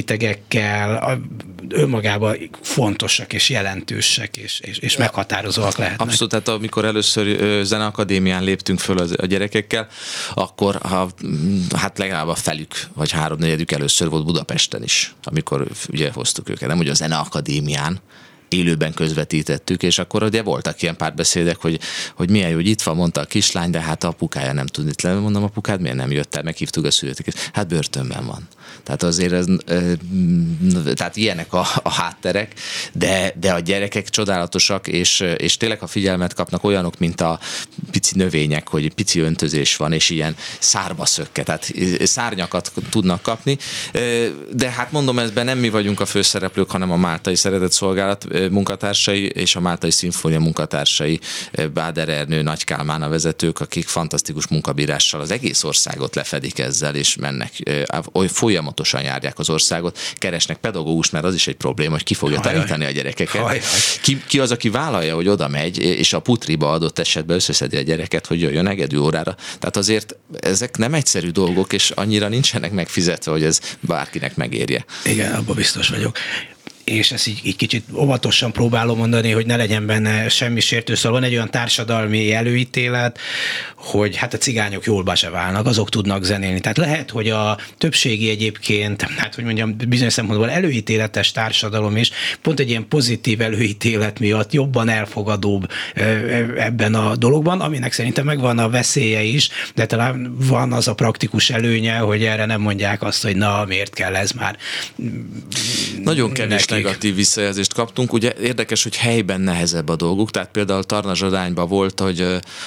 rétegekkel önmagában fontosak és jelentősek és, és, és meghatározóak lehetnek. Abszolút, tehát amikor először zeneakadémián léptünk föl a gyerekekkel, akkor ha, hát legalább a felük, vagy háromnegyedük először volt Budapesten is, amikor ugye hoztuk őket, nem ugye a zeneakadémián, élőben közvetítettük, és akkor ugye voltak ilyen párbeszédek, hogy, hogy milyen jó, hogy itt van, mondta a kislány, de hát apukája nem tud itt lenni. Mondom, apukád miért nem jött el? Meghívtuk a szülőt. Hát börtönben van. Tehát azért ez, tehát ilyenek a, a hátterek, de, de a gyerekek csodálatosak, és, és tényleg a figyelmet kapnak olyanok, mint a pici növények, hogy pici öntözés van, és ilyen szárba szökke, tehát szárnyakat tudnak kapni. De hát mondom, ezben nem mi vagyunk a főszereplők, hanem a Máltai Szeretett Szolgálat munkatársai és a Máltai Szimfónia munkatársai, Báder Ernő, Nagy Kálmán a vezetők, akik fantasztikus munkabírással az egész országot lefedik ezzel, és mennek. Folyam folyamatosan járják az országot, keresnek pedagógust, mert az is egy probléma, hogy ki fogja Hajaj. tanítani a gyerekeket. Hajaj. Ki, ki az, aki vállalja, hogy oda megy, és a putriba adott esetben összeszedi a gyereket, hogy jöjjön egedű órára. Tehát azért ezek nem egyszerű dolgok, és annyira nincsenek megfizetve, hogy ez bárkinek megérje. Igen, abban biztos vagyok. És ezt így, így kicsit óvatosan próbálom mondani, hogy ne legyen benne semmi sértő. Szóval van egy olyan társadalmi előítélet, hogy hát a cigányok jól be se válnak, azok tudnak zenélni. Tehát lehet, hogy a többségi egyébként, hát hogy mondjam, bizonyos szempontból előítéletes társadalom is pont egy ilyen pozitív előítélet miatt jobban elfogadóbb ebben a dologban, aminek szerintem megvan a veszélye is, de talán van az a praktikus előnye, hogy erre nem mondják azt, hogy na, miért kell ez már. Nagyon kevés nekik. Negatív visszajelzést kaptunk. Ugye érdekes, hogy helyben nehezebb a dolguk, tehát például Tarnazsadányban volt, hogy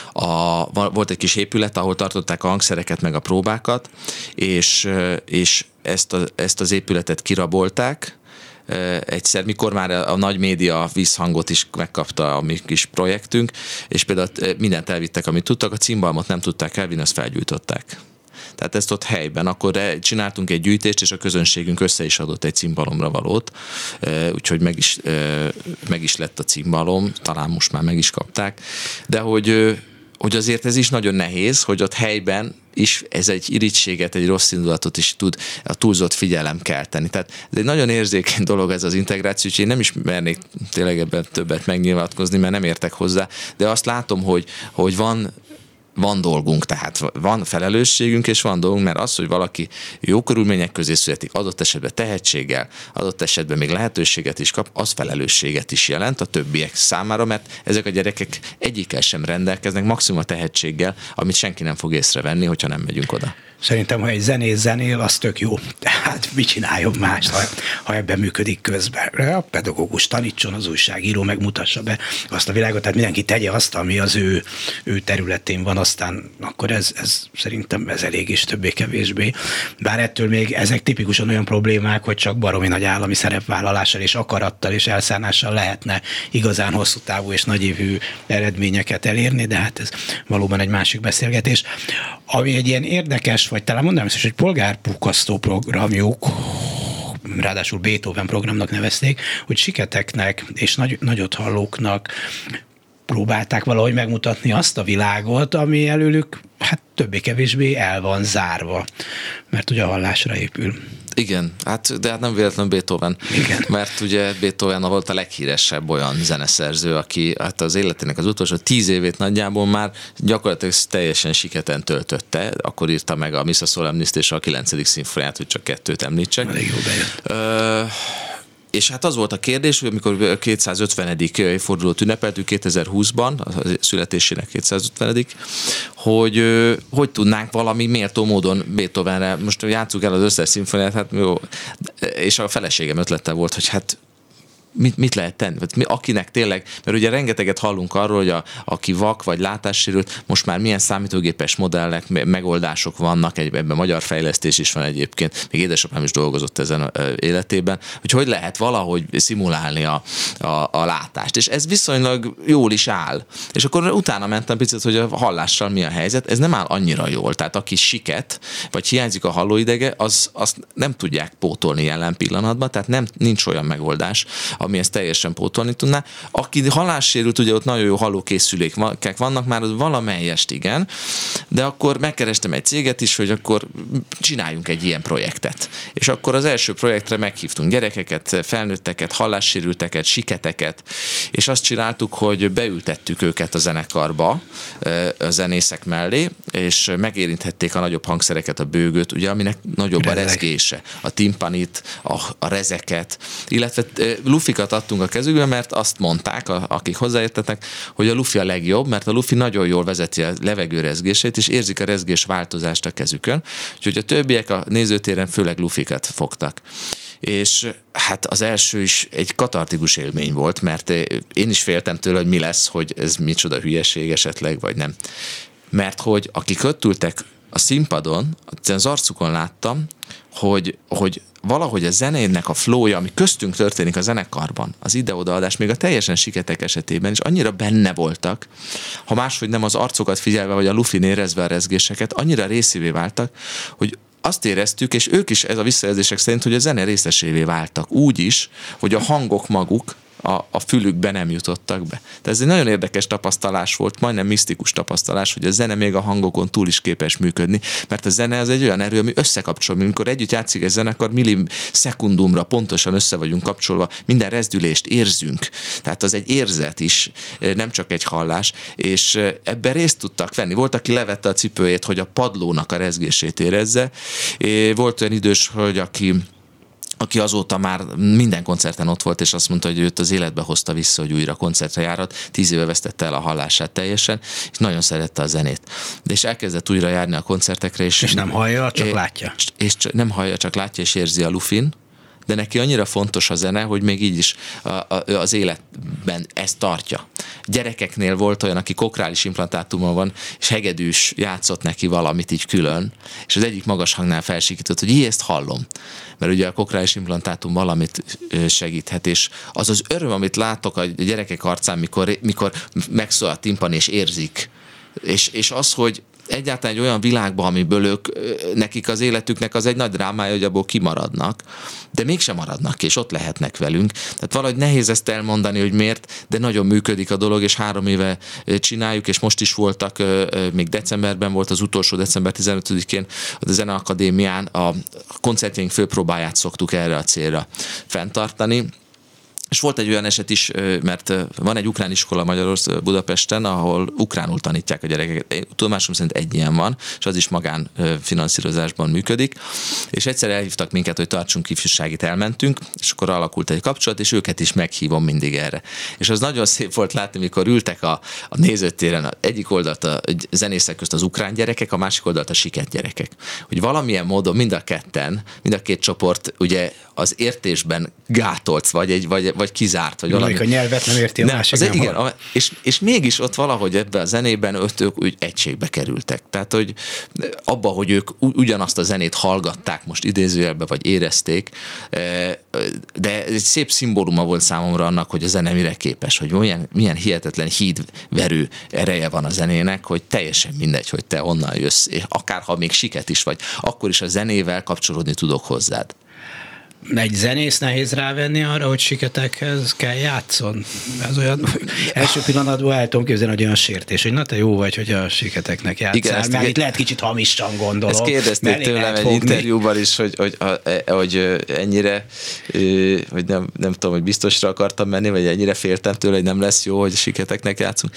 a, volt egy kis épület, ahol tartották a hangszereket meg a próbákat, és, és ezt, a, ezt az épületet kirabolták egyszer, mikor már a nagy média vízhangot is megkapta a mi kis projektünk, és például mindent elvittek, amit tudtak, a cimbalmot nem tudták elvinni, azt felgyújtották. Tehát ezt ott helyben, akkor csináltunk egy gyűjtést, és a közönségünk össze is adott egy cimbalomra valót, úgyhogy meg is, meg is lett a cimbalom, talán most már meg is kapták, de hogy, hogy azért ez is nagyon nehéz, hogy ott helyben is ez egy irítséget, egy rossz indulatot is tud a túlzott figyelem kelteni. Tehát ez egy nagyon érzékeny dolog ez az integráció, úgyhogy én nem is mernék tényleg ebben többet megnyilatkozni, mert nem értek hozzá, de azt látom, hogy, hogy van Van dolgunk, tehát van felelősségünk, és van dolgunk, mert az, hogy valaki jó körülmények közé születik, adott esetben tehetséggel, adott esetben még lehetőséget is kap, az felelősséget is jelent a többiek számára, mert ezek a gyerekek egyikkel sem rendelkeznek, maximum a tehetséggel, amit senki nem fog észrevenni, hogyha nem megyünk oda. Szerintem, ha egy zenész zenél, az tök jó. Tehát mit csináljon más, ha, ha ebben működik közben. A pedagógus tanítson, az újságíró megmutassa be azt a világot, tehát mindenki tegye azt, ami az ő, ő területén van, aztán akkor ez, ez szerintem ez elég is többé-kevésbé. Bár ettől még ezek tipikusan olyan problémák, hogy csak baromi nagy állami szerepvállalással és akarattal és elszánással lehetne igazán hosszú távú és nagyévű eredményeket elérni, de hát ez valóban egy másik beszélgetés. Ami egy ilyen érdekes, vagy talán mondanám is, hogy polgárpukkasztó programjuk, ráadásul Beethoven programnak nevezték, hogy siketeknek és nagy, nagyot hallóknak próbálták valahogy megmutatni azt a világot, ami előlük hát többé-kevésbé el van zárva, mert ugye a hallásra épül. Igen, hát, de hát nem véletlen Beethoven, Igen. Mert ugye Beethoven volt a leghíresebb olyan zeneszerző, aki hát az életének az utolsó tíz évét nagyjából már gyakorlatilag teljesen siketen töltötte, akkor írta meg a Missa Solemnis és a kilencedik szimfóniát, hogy csak kettőt említsek. Elég jó bejött. Ö, És hát az volt a kérdés, hogy amikor a kétszázötvenedik évfordulót ünnepeltük kétezer-húszban, a születésének kétszázötvenedik hogy hogy tudnánk valami méltó módon Beethovenre, most játsszuk el az összes szimfóniát, hát jó, és a feleségem ötlete volt, hogy hát Mit, mit lehet tenni? Akinek tényleg, mert ugye rengeteget hallunk arról, hogy a, aki vak vagy látássérült, most már milyen számítógépes modellek, megoldások vannak, egy, ebben magyar fejlesztés is van egyébként, még édesapám is dolgozott ezen a, a életében, hogy hogy lehet valahogy szimulálni a, a, a látást. És ez viszonylag jól is áll. És akkor utána mentem picit, hogy a hallással mi a helyzet, ez nem áll annyira jól. Tehát aki siket, vagy hiányzik a hallóidege, az, azt nem tudják pótolni jelen pillanatban, tehát nem, nincs olyan megoldás, ami ezt teljesen pótolni tudná. Aki hallássérült, ugye ott nagyon jó hallókészülékek vannak, már az valamelyest igen, de akkor megkerestem egy céget is, hogy akkor csináljunk egy ilyen projektet. És akkor az első projektre meghívtunk gyerekeket, felnőtteket, hallássérülteket, siketeket, és azt csináltuk, hogy beültettük őket a zenekarba, a zenészek mellé, és megérinthették a nagyobb hangszereket, a bőgőt, ugye, aminek nagyobb a rezgése, a timpanit, a, a rezeket, illetve lufikat adtunk a kezükbe, mert azt mondták, a, akik hozzáértettek, hogy a lufi a legjobb, mert a lufi nagyon jól vezeti a levegő rezgését, és érzik a rezgés változást a kezükön, úgyhogy a többiek a nézőtéren főleg lufikat fogtak. És hát az első is egy katartikus élmény volt, mert én is féltem tőle, hogy mi lesz, hogy ez micsoda hülyeség esetleg, vagy nem. Mert hogy akik ott ültek a színpadon, az arcukon láttam, hogy, hogy valahogy a zenének a flowja, ami köztünk történik a zenekarban, az ide-odaadás, még a teljesen siketek esetében is annyira benne voltak, ha máshogy nem az arcokat figyelve, vagy a lufin érezve a rezgéseket, annyira részévé váltak, hogy azt éreztük, és ők is ez a visszajelzések szerint, hogy a zene részesévé váltak úgy is, hogy a hangok maguk A, a fülükbe nem jutottak be. Tehát ez egy nagyon érdekes tapasztalás volt, majdnem misztikus tapasztalás, hogy a zene még a hangokon túl is képes működni, mert a zene az egy olyan erő, ami összekapcsol. Amikor együtt játszik egy zenekar, millisekundumra pontosan össze vagyunk kapcsolva, minden rezdülést érzünk. Tehát az egy érzet is, nem csak egy hallás, és ebben részt tudtak venni. Volt, aki levette a cipőjét, hogy a padlónak a rezgését érezze. Volt olyan idős hölgy, aki aki azóta már minden koncerten ott volt, és azt mondta, hogy őt az életbe hozta vissza, hogy újra koncertre járat. Tíz éve vesztette el a hallását teljesen, és nagyon szerette a zenét. De és elkezdett újra járni a koncertekre, és, és nem hallja, csak és, látja. És nem hallja, csak látja, és érzi a lufin, de neki annyira fontos a zene, hogy még így is a, a, az életben ezt tartja. Gyerekeknél volt olyan, aki kokrális implantátuma van, és hegedűs játszott neki valamit így külön, és az egyik magas hangnál felsikított, hogy így ezt hallom. Mert ugye a kokrális implantátum valamit segíthet, és az az öröm, amit látok a gyerekek arcán, mikor, mikor megszól a timpan, és érzik. És, és az, hogy egyáltalán egy olyan világban, amiből ők, nekik az életüknek az egy nagy drámája, hogy abból kimaradnak, de mégsem maradnak, és ott lehetnek velünk. Tehát valahogy nehéz ezt elmondani, hogy miért, de nagyon működik a dolog, és három éve csináljuk, és most is voltak, még decemberben volt az utolsó, december tizenötödikén a Zeneakadémián a koncertjeink főpróbáját szoktuk erre a célra fenntartani. És volt egy olyan eset is, mert van egy ukrán iskola Magyarországon, Budapesten, ahol ukránul tanítják a gyerekeket. Tudomásom szerint egy ilyen van, és az is magánfinanszírozásban működik. És egyszer elhívtak minket, hogy tartsunk ifjúságit, elmentünk, és akkor alakult egy kapcsolat, és őket is meghívom mindig erre. És az nagyon szép volt látni, mikor ültek a, a nézőtéren, egyik oldalt a zenészek közt az ukrán gyerekek, a másik oldalt a siket gyerekek. Hogy valamilyen módon mind a ketten, mind a két csoport ugye az értésben gátolt, vagy, egy, vagy, vagy kizárt, vagy valami. A nyelvet nem érti a nem, másik. Az nem igen, a, és, és mégis ott valahogy ebben a zenében ők úgy egységbe kerültek. Tehát, hogy abba, hogy ők ugyanazt a zenét hallgatták, most idézőjelben, vagy érezték, de egy szép szimbóluma volt számomra annak, hogy a zene mire képes, hogy milyen, milyen hihetetlen hídverő ereje van a zenének, hogy teljesen mindegy, hogy te onnan jössz, és akár ha még siket is vagy, akkor is a zenével kapcsolódni tudok hozzád. Egy zenész nehéz rávenni arra, hogy siketekhez kell játszon. Ez olyan, első pillanatban el tudom képzelni, hogy olyan sértés, hogy na te jó vagy, hogy a siketeknek játszál. Igen, mert igen, itt lehet kicsit hamisan gondolom. Ezt kérdezték tőlem egy interjúban is, hogy, hogy, hogy ennyire, hogy nem, nem tudom, hogy biztosra akartam menni, vagy ennyire féltem tőle, hogy nem lesz jó, hogy siketeknek játszunk.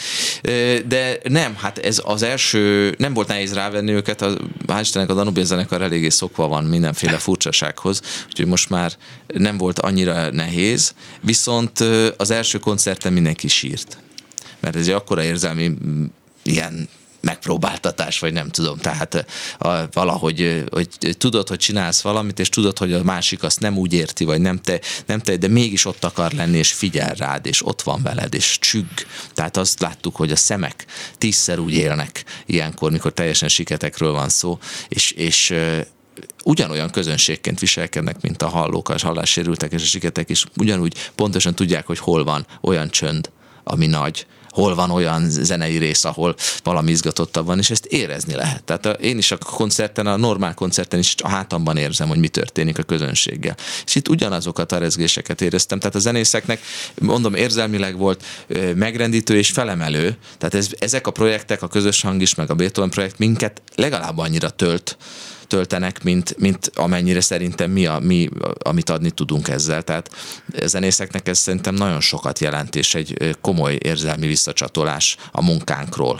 De nem, hát ez az első, nem volt nehéz rávenni őket, a, hál' Istennek a Danubia zenekar eléggé szokva van mindenféle furcsasághoz, úgyhogy most már nem volt annyira nehéz, viszont az első koncerten mindenki sírt. Mert ez egy akkora érzelmi ilyen megpróbáltatás, vagy nem tudom, tehát a, valahogy hogy tudod, hogy csinálsz valamit, és tudod, hogy a másik azt nem úgy érti, vagy nem te, nem te, de mégis ott akar lenni, és figyel rád, és ott van veled, és csügg. Tehát azt láttuk, hogy a szemek tízszer úgy élnek ilyenkor, mikor teljesen siketekről van szó, és, és ugyanolyan közönségként viselkednek, mint a hallók, a hallássérültek és a siketek is. Ugyanúgy pontosan tudják, hogy hol van olyan csönd, ami nagy, hol van olyan zenei rész, ahol valami izgatottabb van, és ezt érezni lehet. Tehát én is a koncerten, a normál koncerten is a hátamban érzem, hogy mi történik a közönséggel. És itt ugyanazokat a rezgéseket éreztem. Tehát a zenészeknek, mondom, érzelmileg volt megrendítő és felemelő. Tehát ez, ezek a projektek, a Közös Hang is, meg a Beethoven projekt minket legalább annyira tölt, töltenek, mint, mint amennyire szerintem mi, a, mi, amit adni tudunk ezzel. Tehát a zenészeknek ez szerintem nagyon sokat jelent, és egy komoly érzelmi visszacsatolás a munkánkról.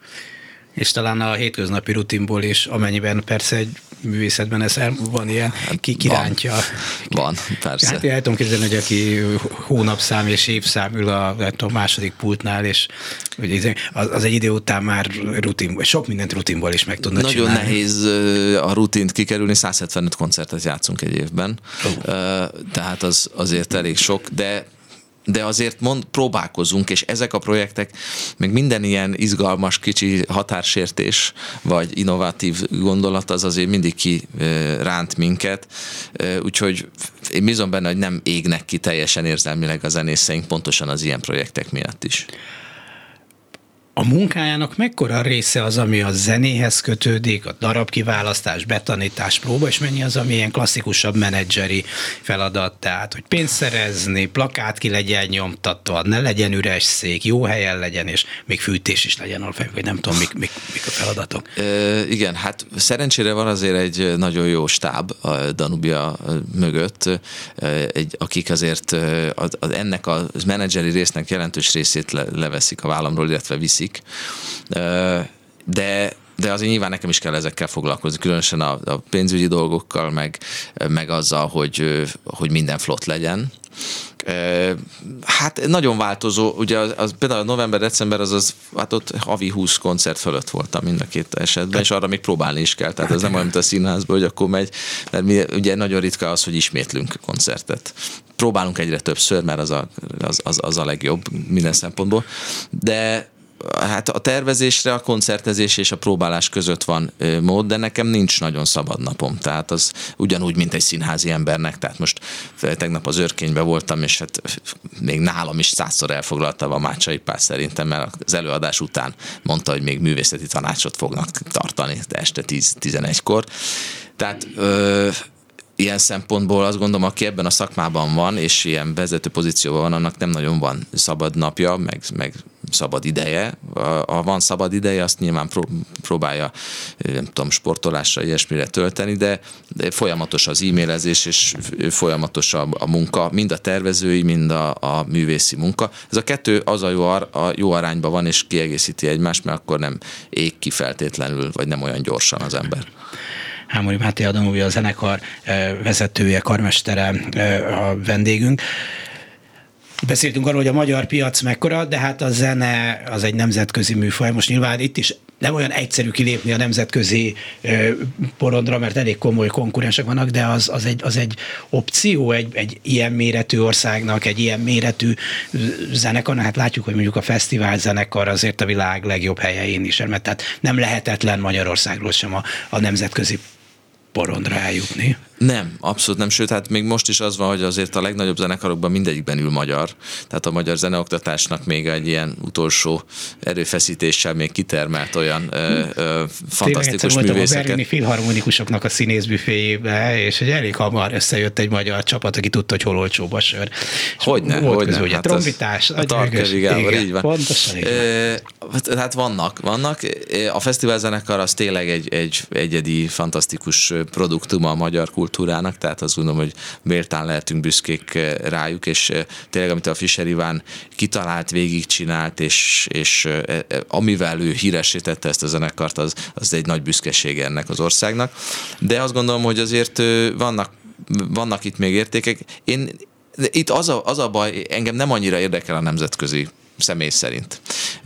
És talán a hétköznapi rutinból is, amennyiben persze egy művészetben ez van ilyen, ki kirántja. Van, van persze. Hát el tudom képzelni, hogy aki hónapszám és évszám ül a, a második pultnál, és az, az egy idő után már rutin, sok mindent rutinból is meg tudna Nagyon csinálni. Nehéz a rutint kikerülni, száz hetvenöt koncertet játszunk egy évben, oh. Tehát az azért elég sok, de de azért mond, próbálkozunk, és ezek a projektek, meg minden ilyen izgalmas kicsi határsértés, vagy innovatív gondolat, az azért mindig kiránt minket, úgyhogy én bízom benne, hogy nem égnek ki teljesen érzelmileg a zenészeink, pontosan az ilyen projektek miatt is. A munkájának mekkora része az, ami a zenéhez kötődik, a darabkiválasztás, betanítás, próba, és mennyi az, ami ilyen klasszikusabb menedzseri feladat, tehát, hogy pénzt szerezni, plakát ki legyen nyomtatva, ne legyen üres szék, jó helyen legyen, és még fűtés is legyen alapvetően, hogy nem tudom, mik, mik, mik a feladatok. E, igen, hát szerencsére van azért egy nagyon jó stáb a Danubia mögött, egy, akik azért az, az ennek a menedzseri résznek jelentős részét le, leveszik a vállamról, illetve viszik. De, de azért nyilván nekem is kell ezekkel foglalkozni, különösen a, a pénzügyi dolgokkal, meg, meg azzal, hogy, hogy minden flott legyen. Hát nagyon változó, ugye az, az, például a november-december az, az hát ott havi húsz koncert fölött voltam mind a két esetben, és arra még próbálni is kell, tehát ez nem olyan, mint a színházban, hogy akkor megy, mert mi, ugye nagyon ritka az, hogy ismétlünk koncertet. Próbálunk egyre többször, mert az a, az, az, az a legjobb minden szempontból, de hát a tervezésre, a koncertezés és a próbálás között van mód, de nekem nincs nagyon szabad napom. Tehát az ugyanúgy, mint egy színházi embernek. Tehát most tegnap az Örkényben voltam, és hát még nálam is százszor elfoglalta a Mácsai Pál szerintem, mert az előadás után mondta, hogy még művészeti tanácsot fognak tartani este tíz-tizenegykor. Tehát ö, ilyen szempontból azt gondolom, aki ebben a szakmában van, és ilyen vezető pozícióban van, annak nem nagyon van szabad napja, meg, meg szabad ideje. Ha van szabad ideje, azt nyilván próbálja, nem tudom, sportolásra, ilyesmire tölteni, de, de folyamatos az e-mailezés, és folyamatos a, a munka, mind a tervezői, mind a, a művészi munka. Ez a kettő az a jó, a jó arányban van, és kiegészíti egymást, mert akkor nem ég ki feltétlenül, vagy nem olyan gyorsan az ember. Hámori Máté, a Danubia zenekar vezetője, karmestere a vendégünk. Beszéltünk arról, hogy a magyar piac mekkora, de hát a zene az egy nemzetközi műfaj. Most nyilván itt is nem olyan egyszerű kilépni a nemzetközi porondra, mert elég komoly konkurensek vannak, de az, az, egy, az egy opció egy, egy ilyen méretű országnak, egy ilyen méretű zenekarnak. Hát látjuk, hogy mondjuk a fesztivál zenekar azért a világ legjobb helyein is, mert tehát nem lehetetlen Magyarországról sem a, a nemzetközi porondra eljutni. Nem, abszolút nem, sőt, hát még most is az van, hogy azért a legnagyobb zenekarokban mindegyikben ül magyar, tehát a magyar zeneoktatásnak még egy ilyen utolsó erőfeszítéssel még kitermelt olyan ö, ö, fantasztikus művészeket. A berlini filharmonikusoknak a színészbüféjébe, és hogy elég hamar összejött egy magyar csapat, aki tudta, hogy hol olcsóbb a sör. Hogyne, volt hogyne. Közül, ugye, hát trombitás, a Tarkeli Gábor, így van. Pontosan így van. Hát vannak, vannak. A fesztiválzenekar az tényleg egy, egy egyedi, fantasztikus produktum a magyar kultúrának, tehát azt gondolom, hogy méltán lehetünk büszkék rájuk, és tényleg, amit a Fischer Iván kitalált, végigcsinált, és, és amivel ő híresítette ezt a zenekart, az, az egy nagy büszkeség ennek az országnak. De azt gondolom, hogy azért vannak, vannak itt még értékek. Én, itt az a, az a baj, engem nem annyira érdekel a nemzetközi személy szerint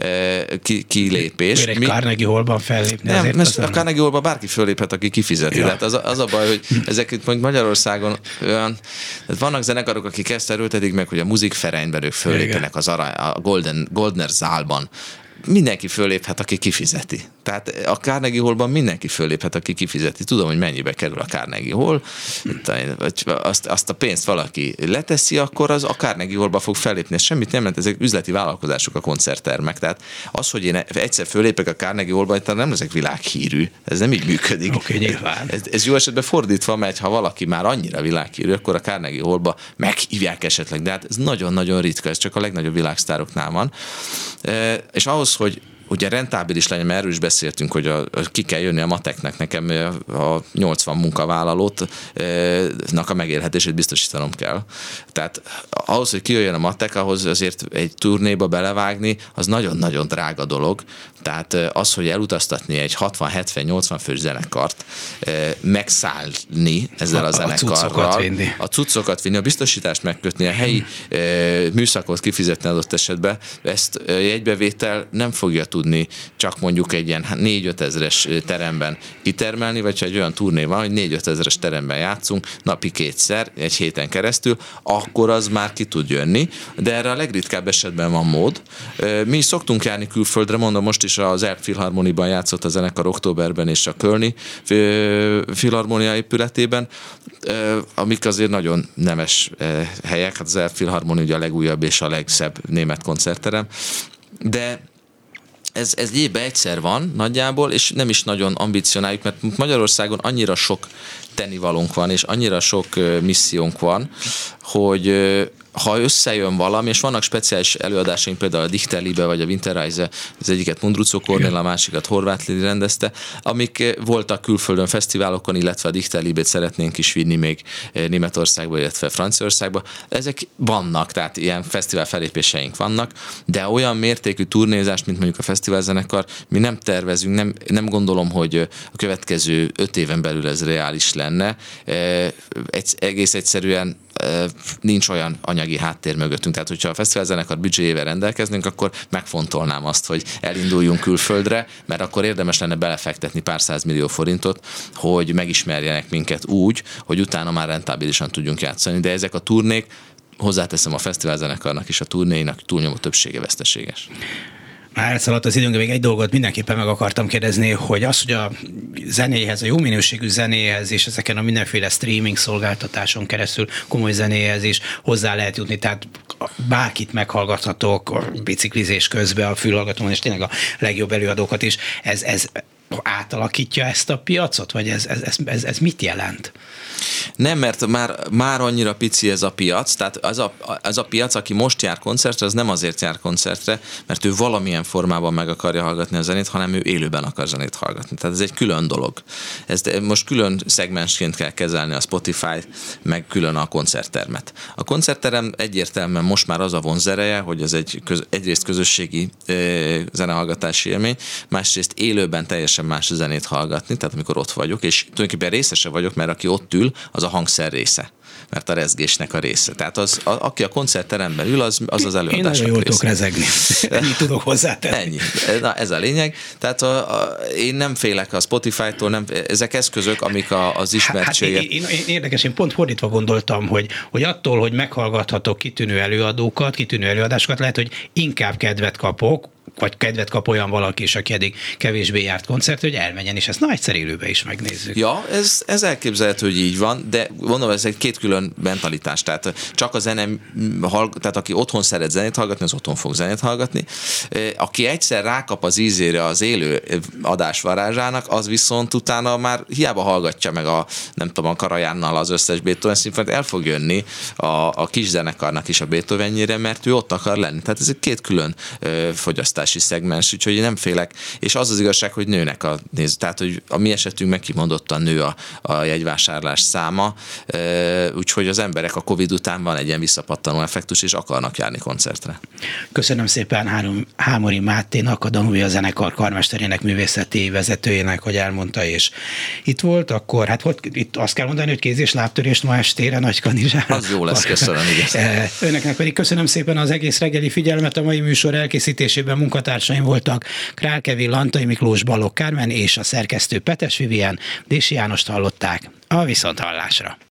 ki, kilépés. Miért egy Carnegie Hallban fellépni? Nem, mert a Carnegie Hallban bárki fölléphet, aki kifizeti. Ja. Tehát az, az a baj, hogy ezek itt Magyarországon olyan, vannak zenekarok, akik ezt erőltetik meg, hogy a Muzik Ferenyben ők föllépenek az arany, a Golden, Goldner Zálban. Mindenki fölléphet, aki kifizeti. Tehát a Carnegie Hallban mindenki fölléphet, aki kifizeti. Tudom, hogy mennyibe kerül a Carnegie Hall, azt, azt a pénzt valaki leteszi, akkor az a Carnegie Hallba fog fellépni. Ez semmit nem jelent, ezek üzleti vállalkozások, a koncerttermek. Tehát az, hogy én egyszer föllépek a Carnegie Hallba, nem ezek világhírű. Ez nem így működik. Okay, ez, ez jó esetben fordítva megy, ha valaki már annyira világhírű, akkor a Carnegie Hallba meghívják esetleg. De hát ez nagyon-nagyon ritka, ez csak a legnagyobb világsztároknál van. És ahhoz, hogy ugye rentábilis legyen, mert erről is beszéltünk, hogy a, a, ki kell jönni a mateknek, nekem a nyolcvan munkavállalótnak a megélhetését biztosítanom kell. Tehát ahhoz, hogy kijöjjön a matek, ahhoz azért egy turnéba belevágni, az nagyon-nagyon drága dolog. Tehát az, hogy elutaztatni egy hatvan-hetven-nyolcvan fős zenekart, megszállni ezzel a, a zenekarral, a cuccokat vinni. a cuccokat vinni, a biztosítást megkötni, a helyi műszakot kifizetni adott esetben, ezt jegybevétel nem fogja tudni csak mondjuk egy ilyen négy-öt ezres teremben kitermelni, vagy ha egy olyan turné van, hogy négy-öt ezres teremben játszunk napi kétszer, egy héten keresztül, akkor az már ki tud jönni, de erre a legritkább esetben van mód. Mi is szoktunk járni külföldre, mondom, most is az Elbphilharmoniban játszott a zenekar októberben, és a Kölni Filharmonia épületében, amik azért nagyon nemes helyek, hát az Elbphilharmonia ugye a legújabb és a legszebb német koncertterem, de ez, ez évben egyszer van nagyjából, és nem is nagyon ambicionáljuk, mert Magyarországon annyira sok tennivalónk van, és annyira sok missziónk van, hogy ha összejön valami, és vannak speciális előadásaink, például a Dichterliebe vagy a Winterreise, az egyiket Mundruczó Kornél, a másikat Horváth Lili rendezte, amik voltak külföldön fesztiválokon, illetve a Dichterliebét szeretnénk is vinni még Németországba, illetve Franciaországba. Ezek vannak, tehát ilyen fesztivál felépéseink vannak, de olyan mértékű turnézást, mint mondjuk a fesztiválzenekar, mi nem tervezünk, nem, nem gondolom, hogy a következő öt éven belül ez reális lenne. Egy, egész egyszerűen nincs olyan anyagi háttér mögöttünk. Tehát, hogyha a fesztiválzenekar büdzséjével rendelkeznénk, akkor megfontolnám azt, hogy elinduljunk külföldre, mert akkor érdemes lenne belefektetni pár százmillió forintot, hogy megismerjenek minket úgy, hogy utána már rentábilisan tudjunk játszani. De ezek a turnék, hozzáteszem, a fesztiválzenekarnak és a turnéinak túlnyomó többsége veszteséges. Már elszaladt az időnk, még egy dolgot mindenképpen meg akartam kérdezni, hogy az, hogy a zenéhez, a jó minőségű zenéhez és ezeken a mindenféle streaming szolgáltatáson keresztül komoly zenéhez is hozzá lehet jutni, tehát bárkit meghallgathatok a biciklizés közben a fülhallgatóban, és tényleg a legjobb előadókat is. Ez, ez átalakítja ezt a piacot, vagy ez, ez, ez, ez mit jelent? Nem, mert már, már annyira pici ez a piac, tehát az a, az a piac, aki most jár koncertre, az nem azért jár koncertre, mert ő valamilyen formában meg akarja hallgatni a zenét, hanem ő élőben akar zenét hallgatni. Tehát ez egy külön dolog. Ezt most külön szegmensként kell kezelni a Spotify, meg külön a koncerttermet. A koncertterem egyértelműen most már az a vonzereje, hogy ez egy köz, egyrészt közösségi e, zenehallgatási élmény, másrészt élőben teljesen más zenét hallgatni, tehát amikor ott vagyok, és tulajdonképpen részese vagyok, mert aki ott ül, az a hangszer része, mert a rezgésnek a része. Tehát az, a, aki a koncertteremben ül, az az, az előadásnak része. Én nagyon jól tudok rezegni. Ennyit tudok hozzátenni. Ennyi. Na, ez a lényeg. Tehát a, a, én nem félek a Spotify-tól, nem, ezek eszközök, amik a, az ismertséget... Hát én, én, érdekes, én pont fordítva gondoltam, hogy, hogy attól, hogy meghallgathatok kitűnő előadókat, kitűnő előadásokat, lehet, hogy inkább kedvet kapok, vagy kedvet kap olyan valaki is, aki eddig kevésbé járt koncert, hogy elmenjen, és ezt na egyszer élőben is megnézzük. Ja, ez, ez elképzelhető, hogy így van, de gondolom, ez egy két külön mentalitás, tehát csak a zene, tehát aki otthon szeret zenét hallgatni, az otthon fog zenét hallgatni. Aki egyszer rákap az ízére az élő adás varázsának, az viszont utána már hiába hallgatja meg a, nem tudom, a Karajánnal az összes Beethoven szimfonit, el fog jönni a, a kis zenekarnak is a Beethovenjére, mert ő ott akar lenni. Tehát ez egy két külön ö, fogyasztás szegmens, úgyhogy én nem félek, és az az igazság, hogy nőnek a néző, tehát hogy a mi esetünkben kimondottan nő a, a jegyvásárlás száma, úgyhogy az emberek a Covid után van egy ilyen visszapattanó effektus, és akarnak járni koncertre. Köszönöm szépen Hámori Máténak, a Danubia zenekar karmesterének, művészeti vezetőjének, hogy elmondta, és itt volt, akkor hát hogy, itt azt kell mondani, hogy kéz- és lábtörést ma estére Nagykanizsán. Az jó lesz, köszönöm. Önöknek pedig köszönöm szépen az egész reggeli figyelmet, a mai műsor elkészítésében munkatársaim voltak Král Kevin, Lantai Miklós, Balogh Kármen és a szerkesztő Petes Vivien. Dési Jánost hallották. A viszonthallásra.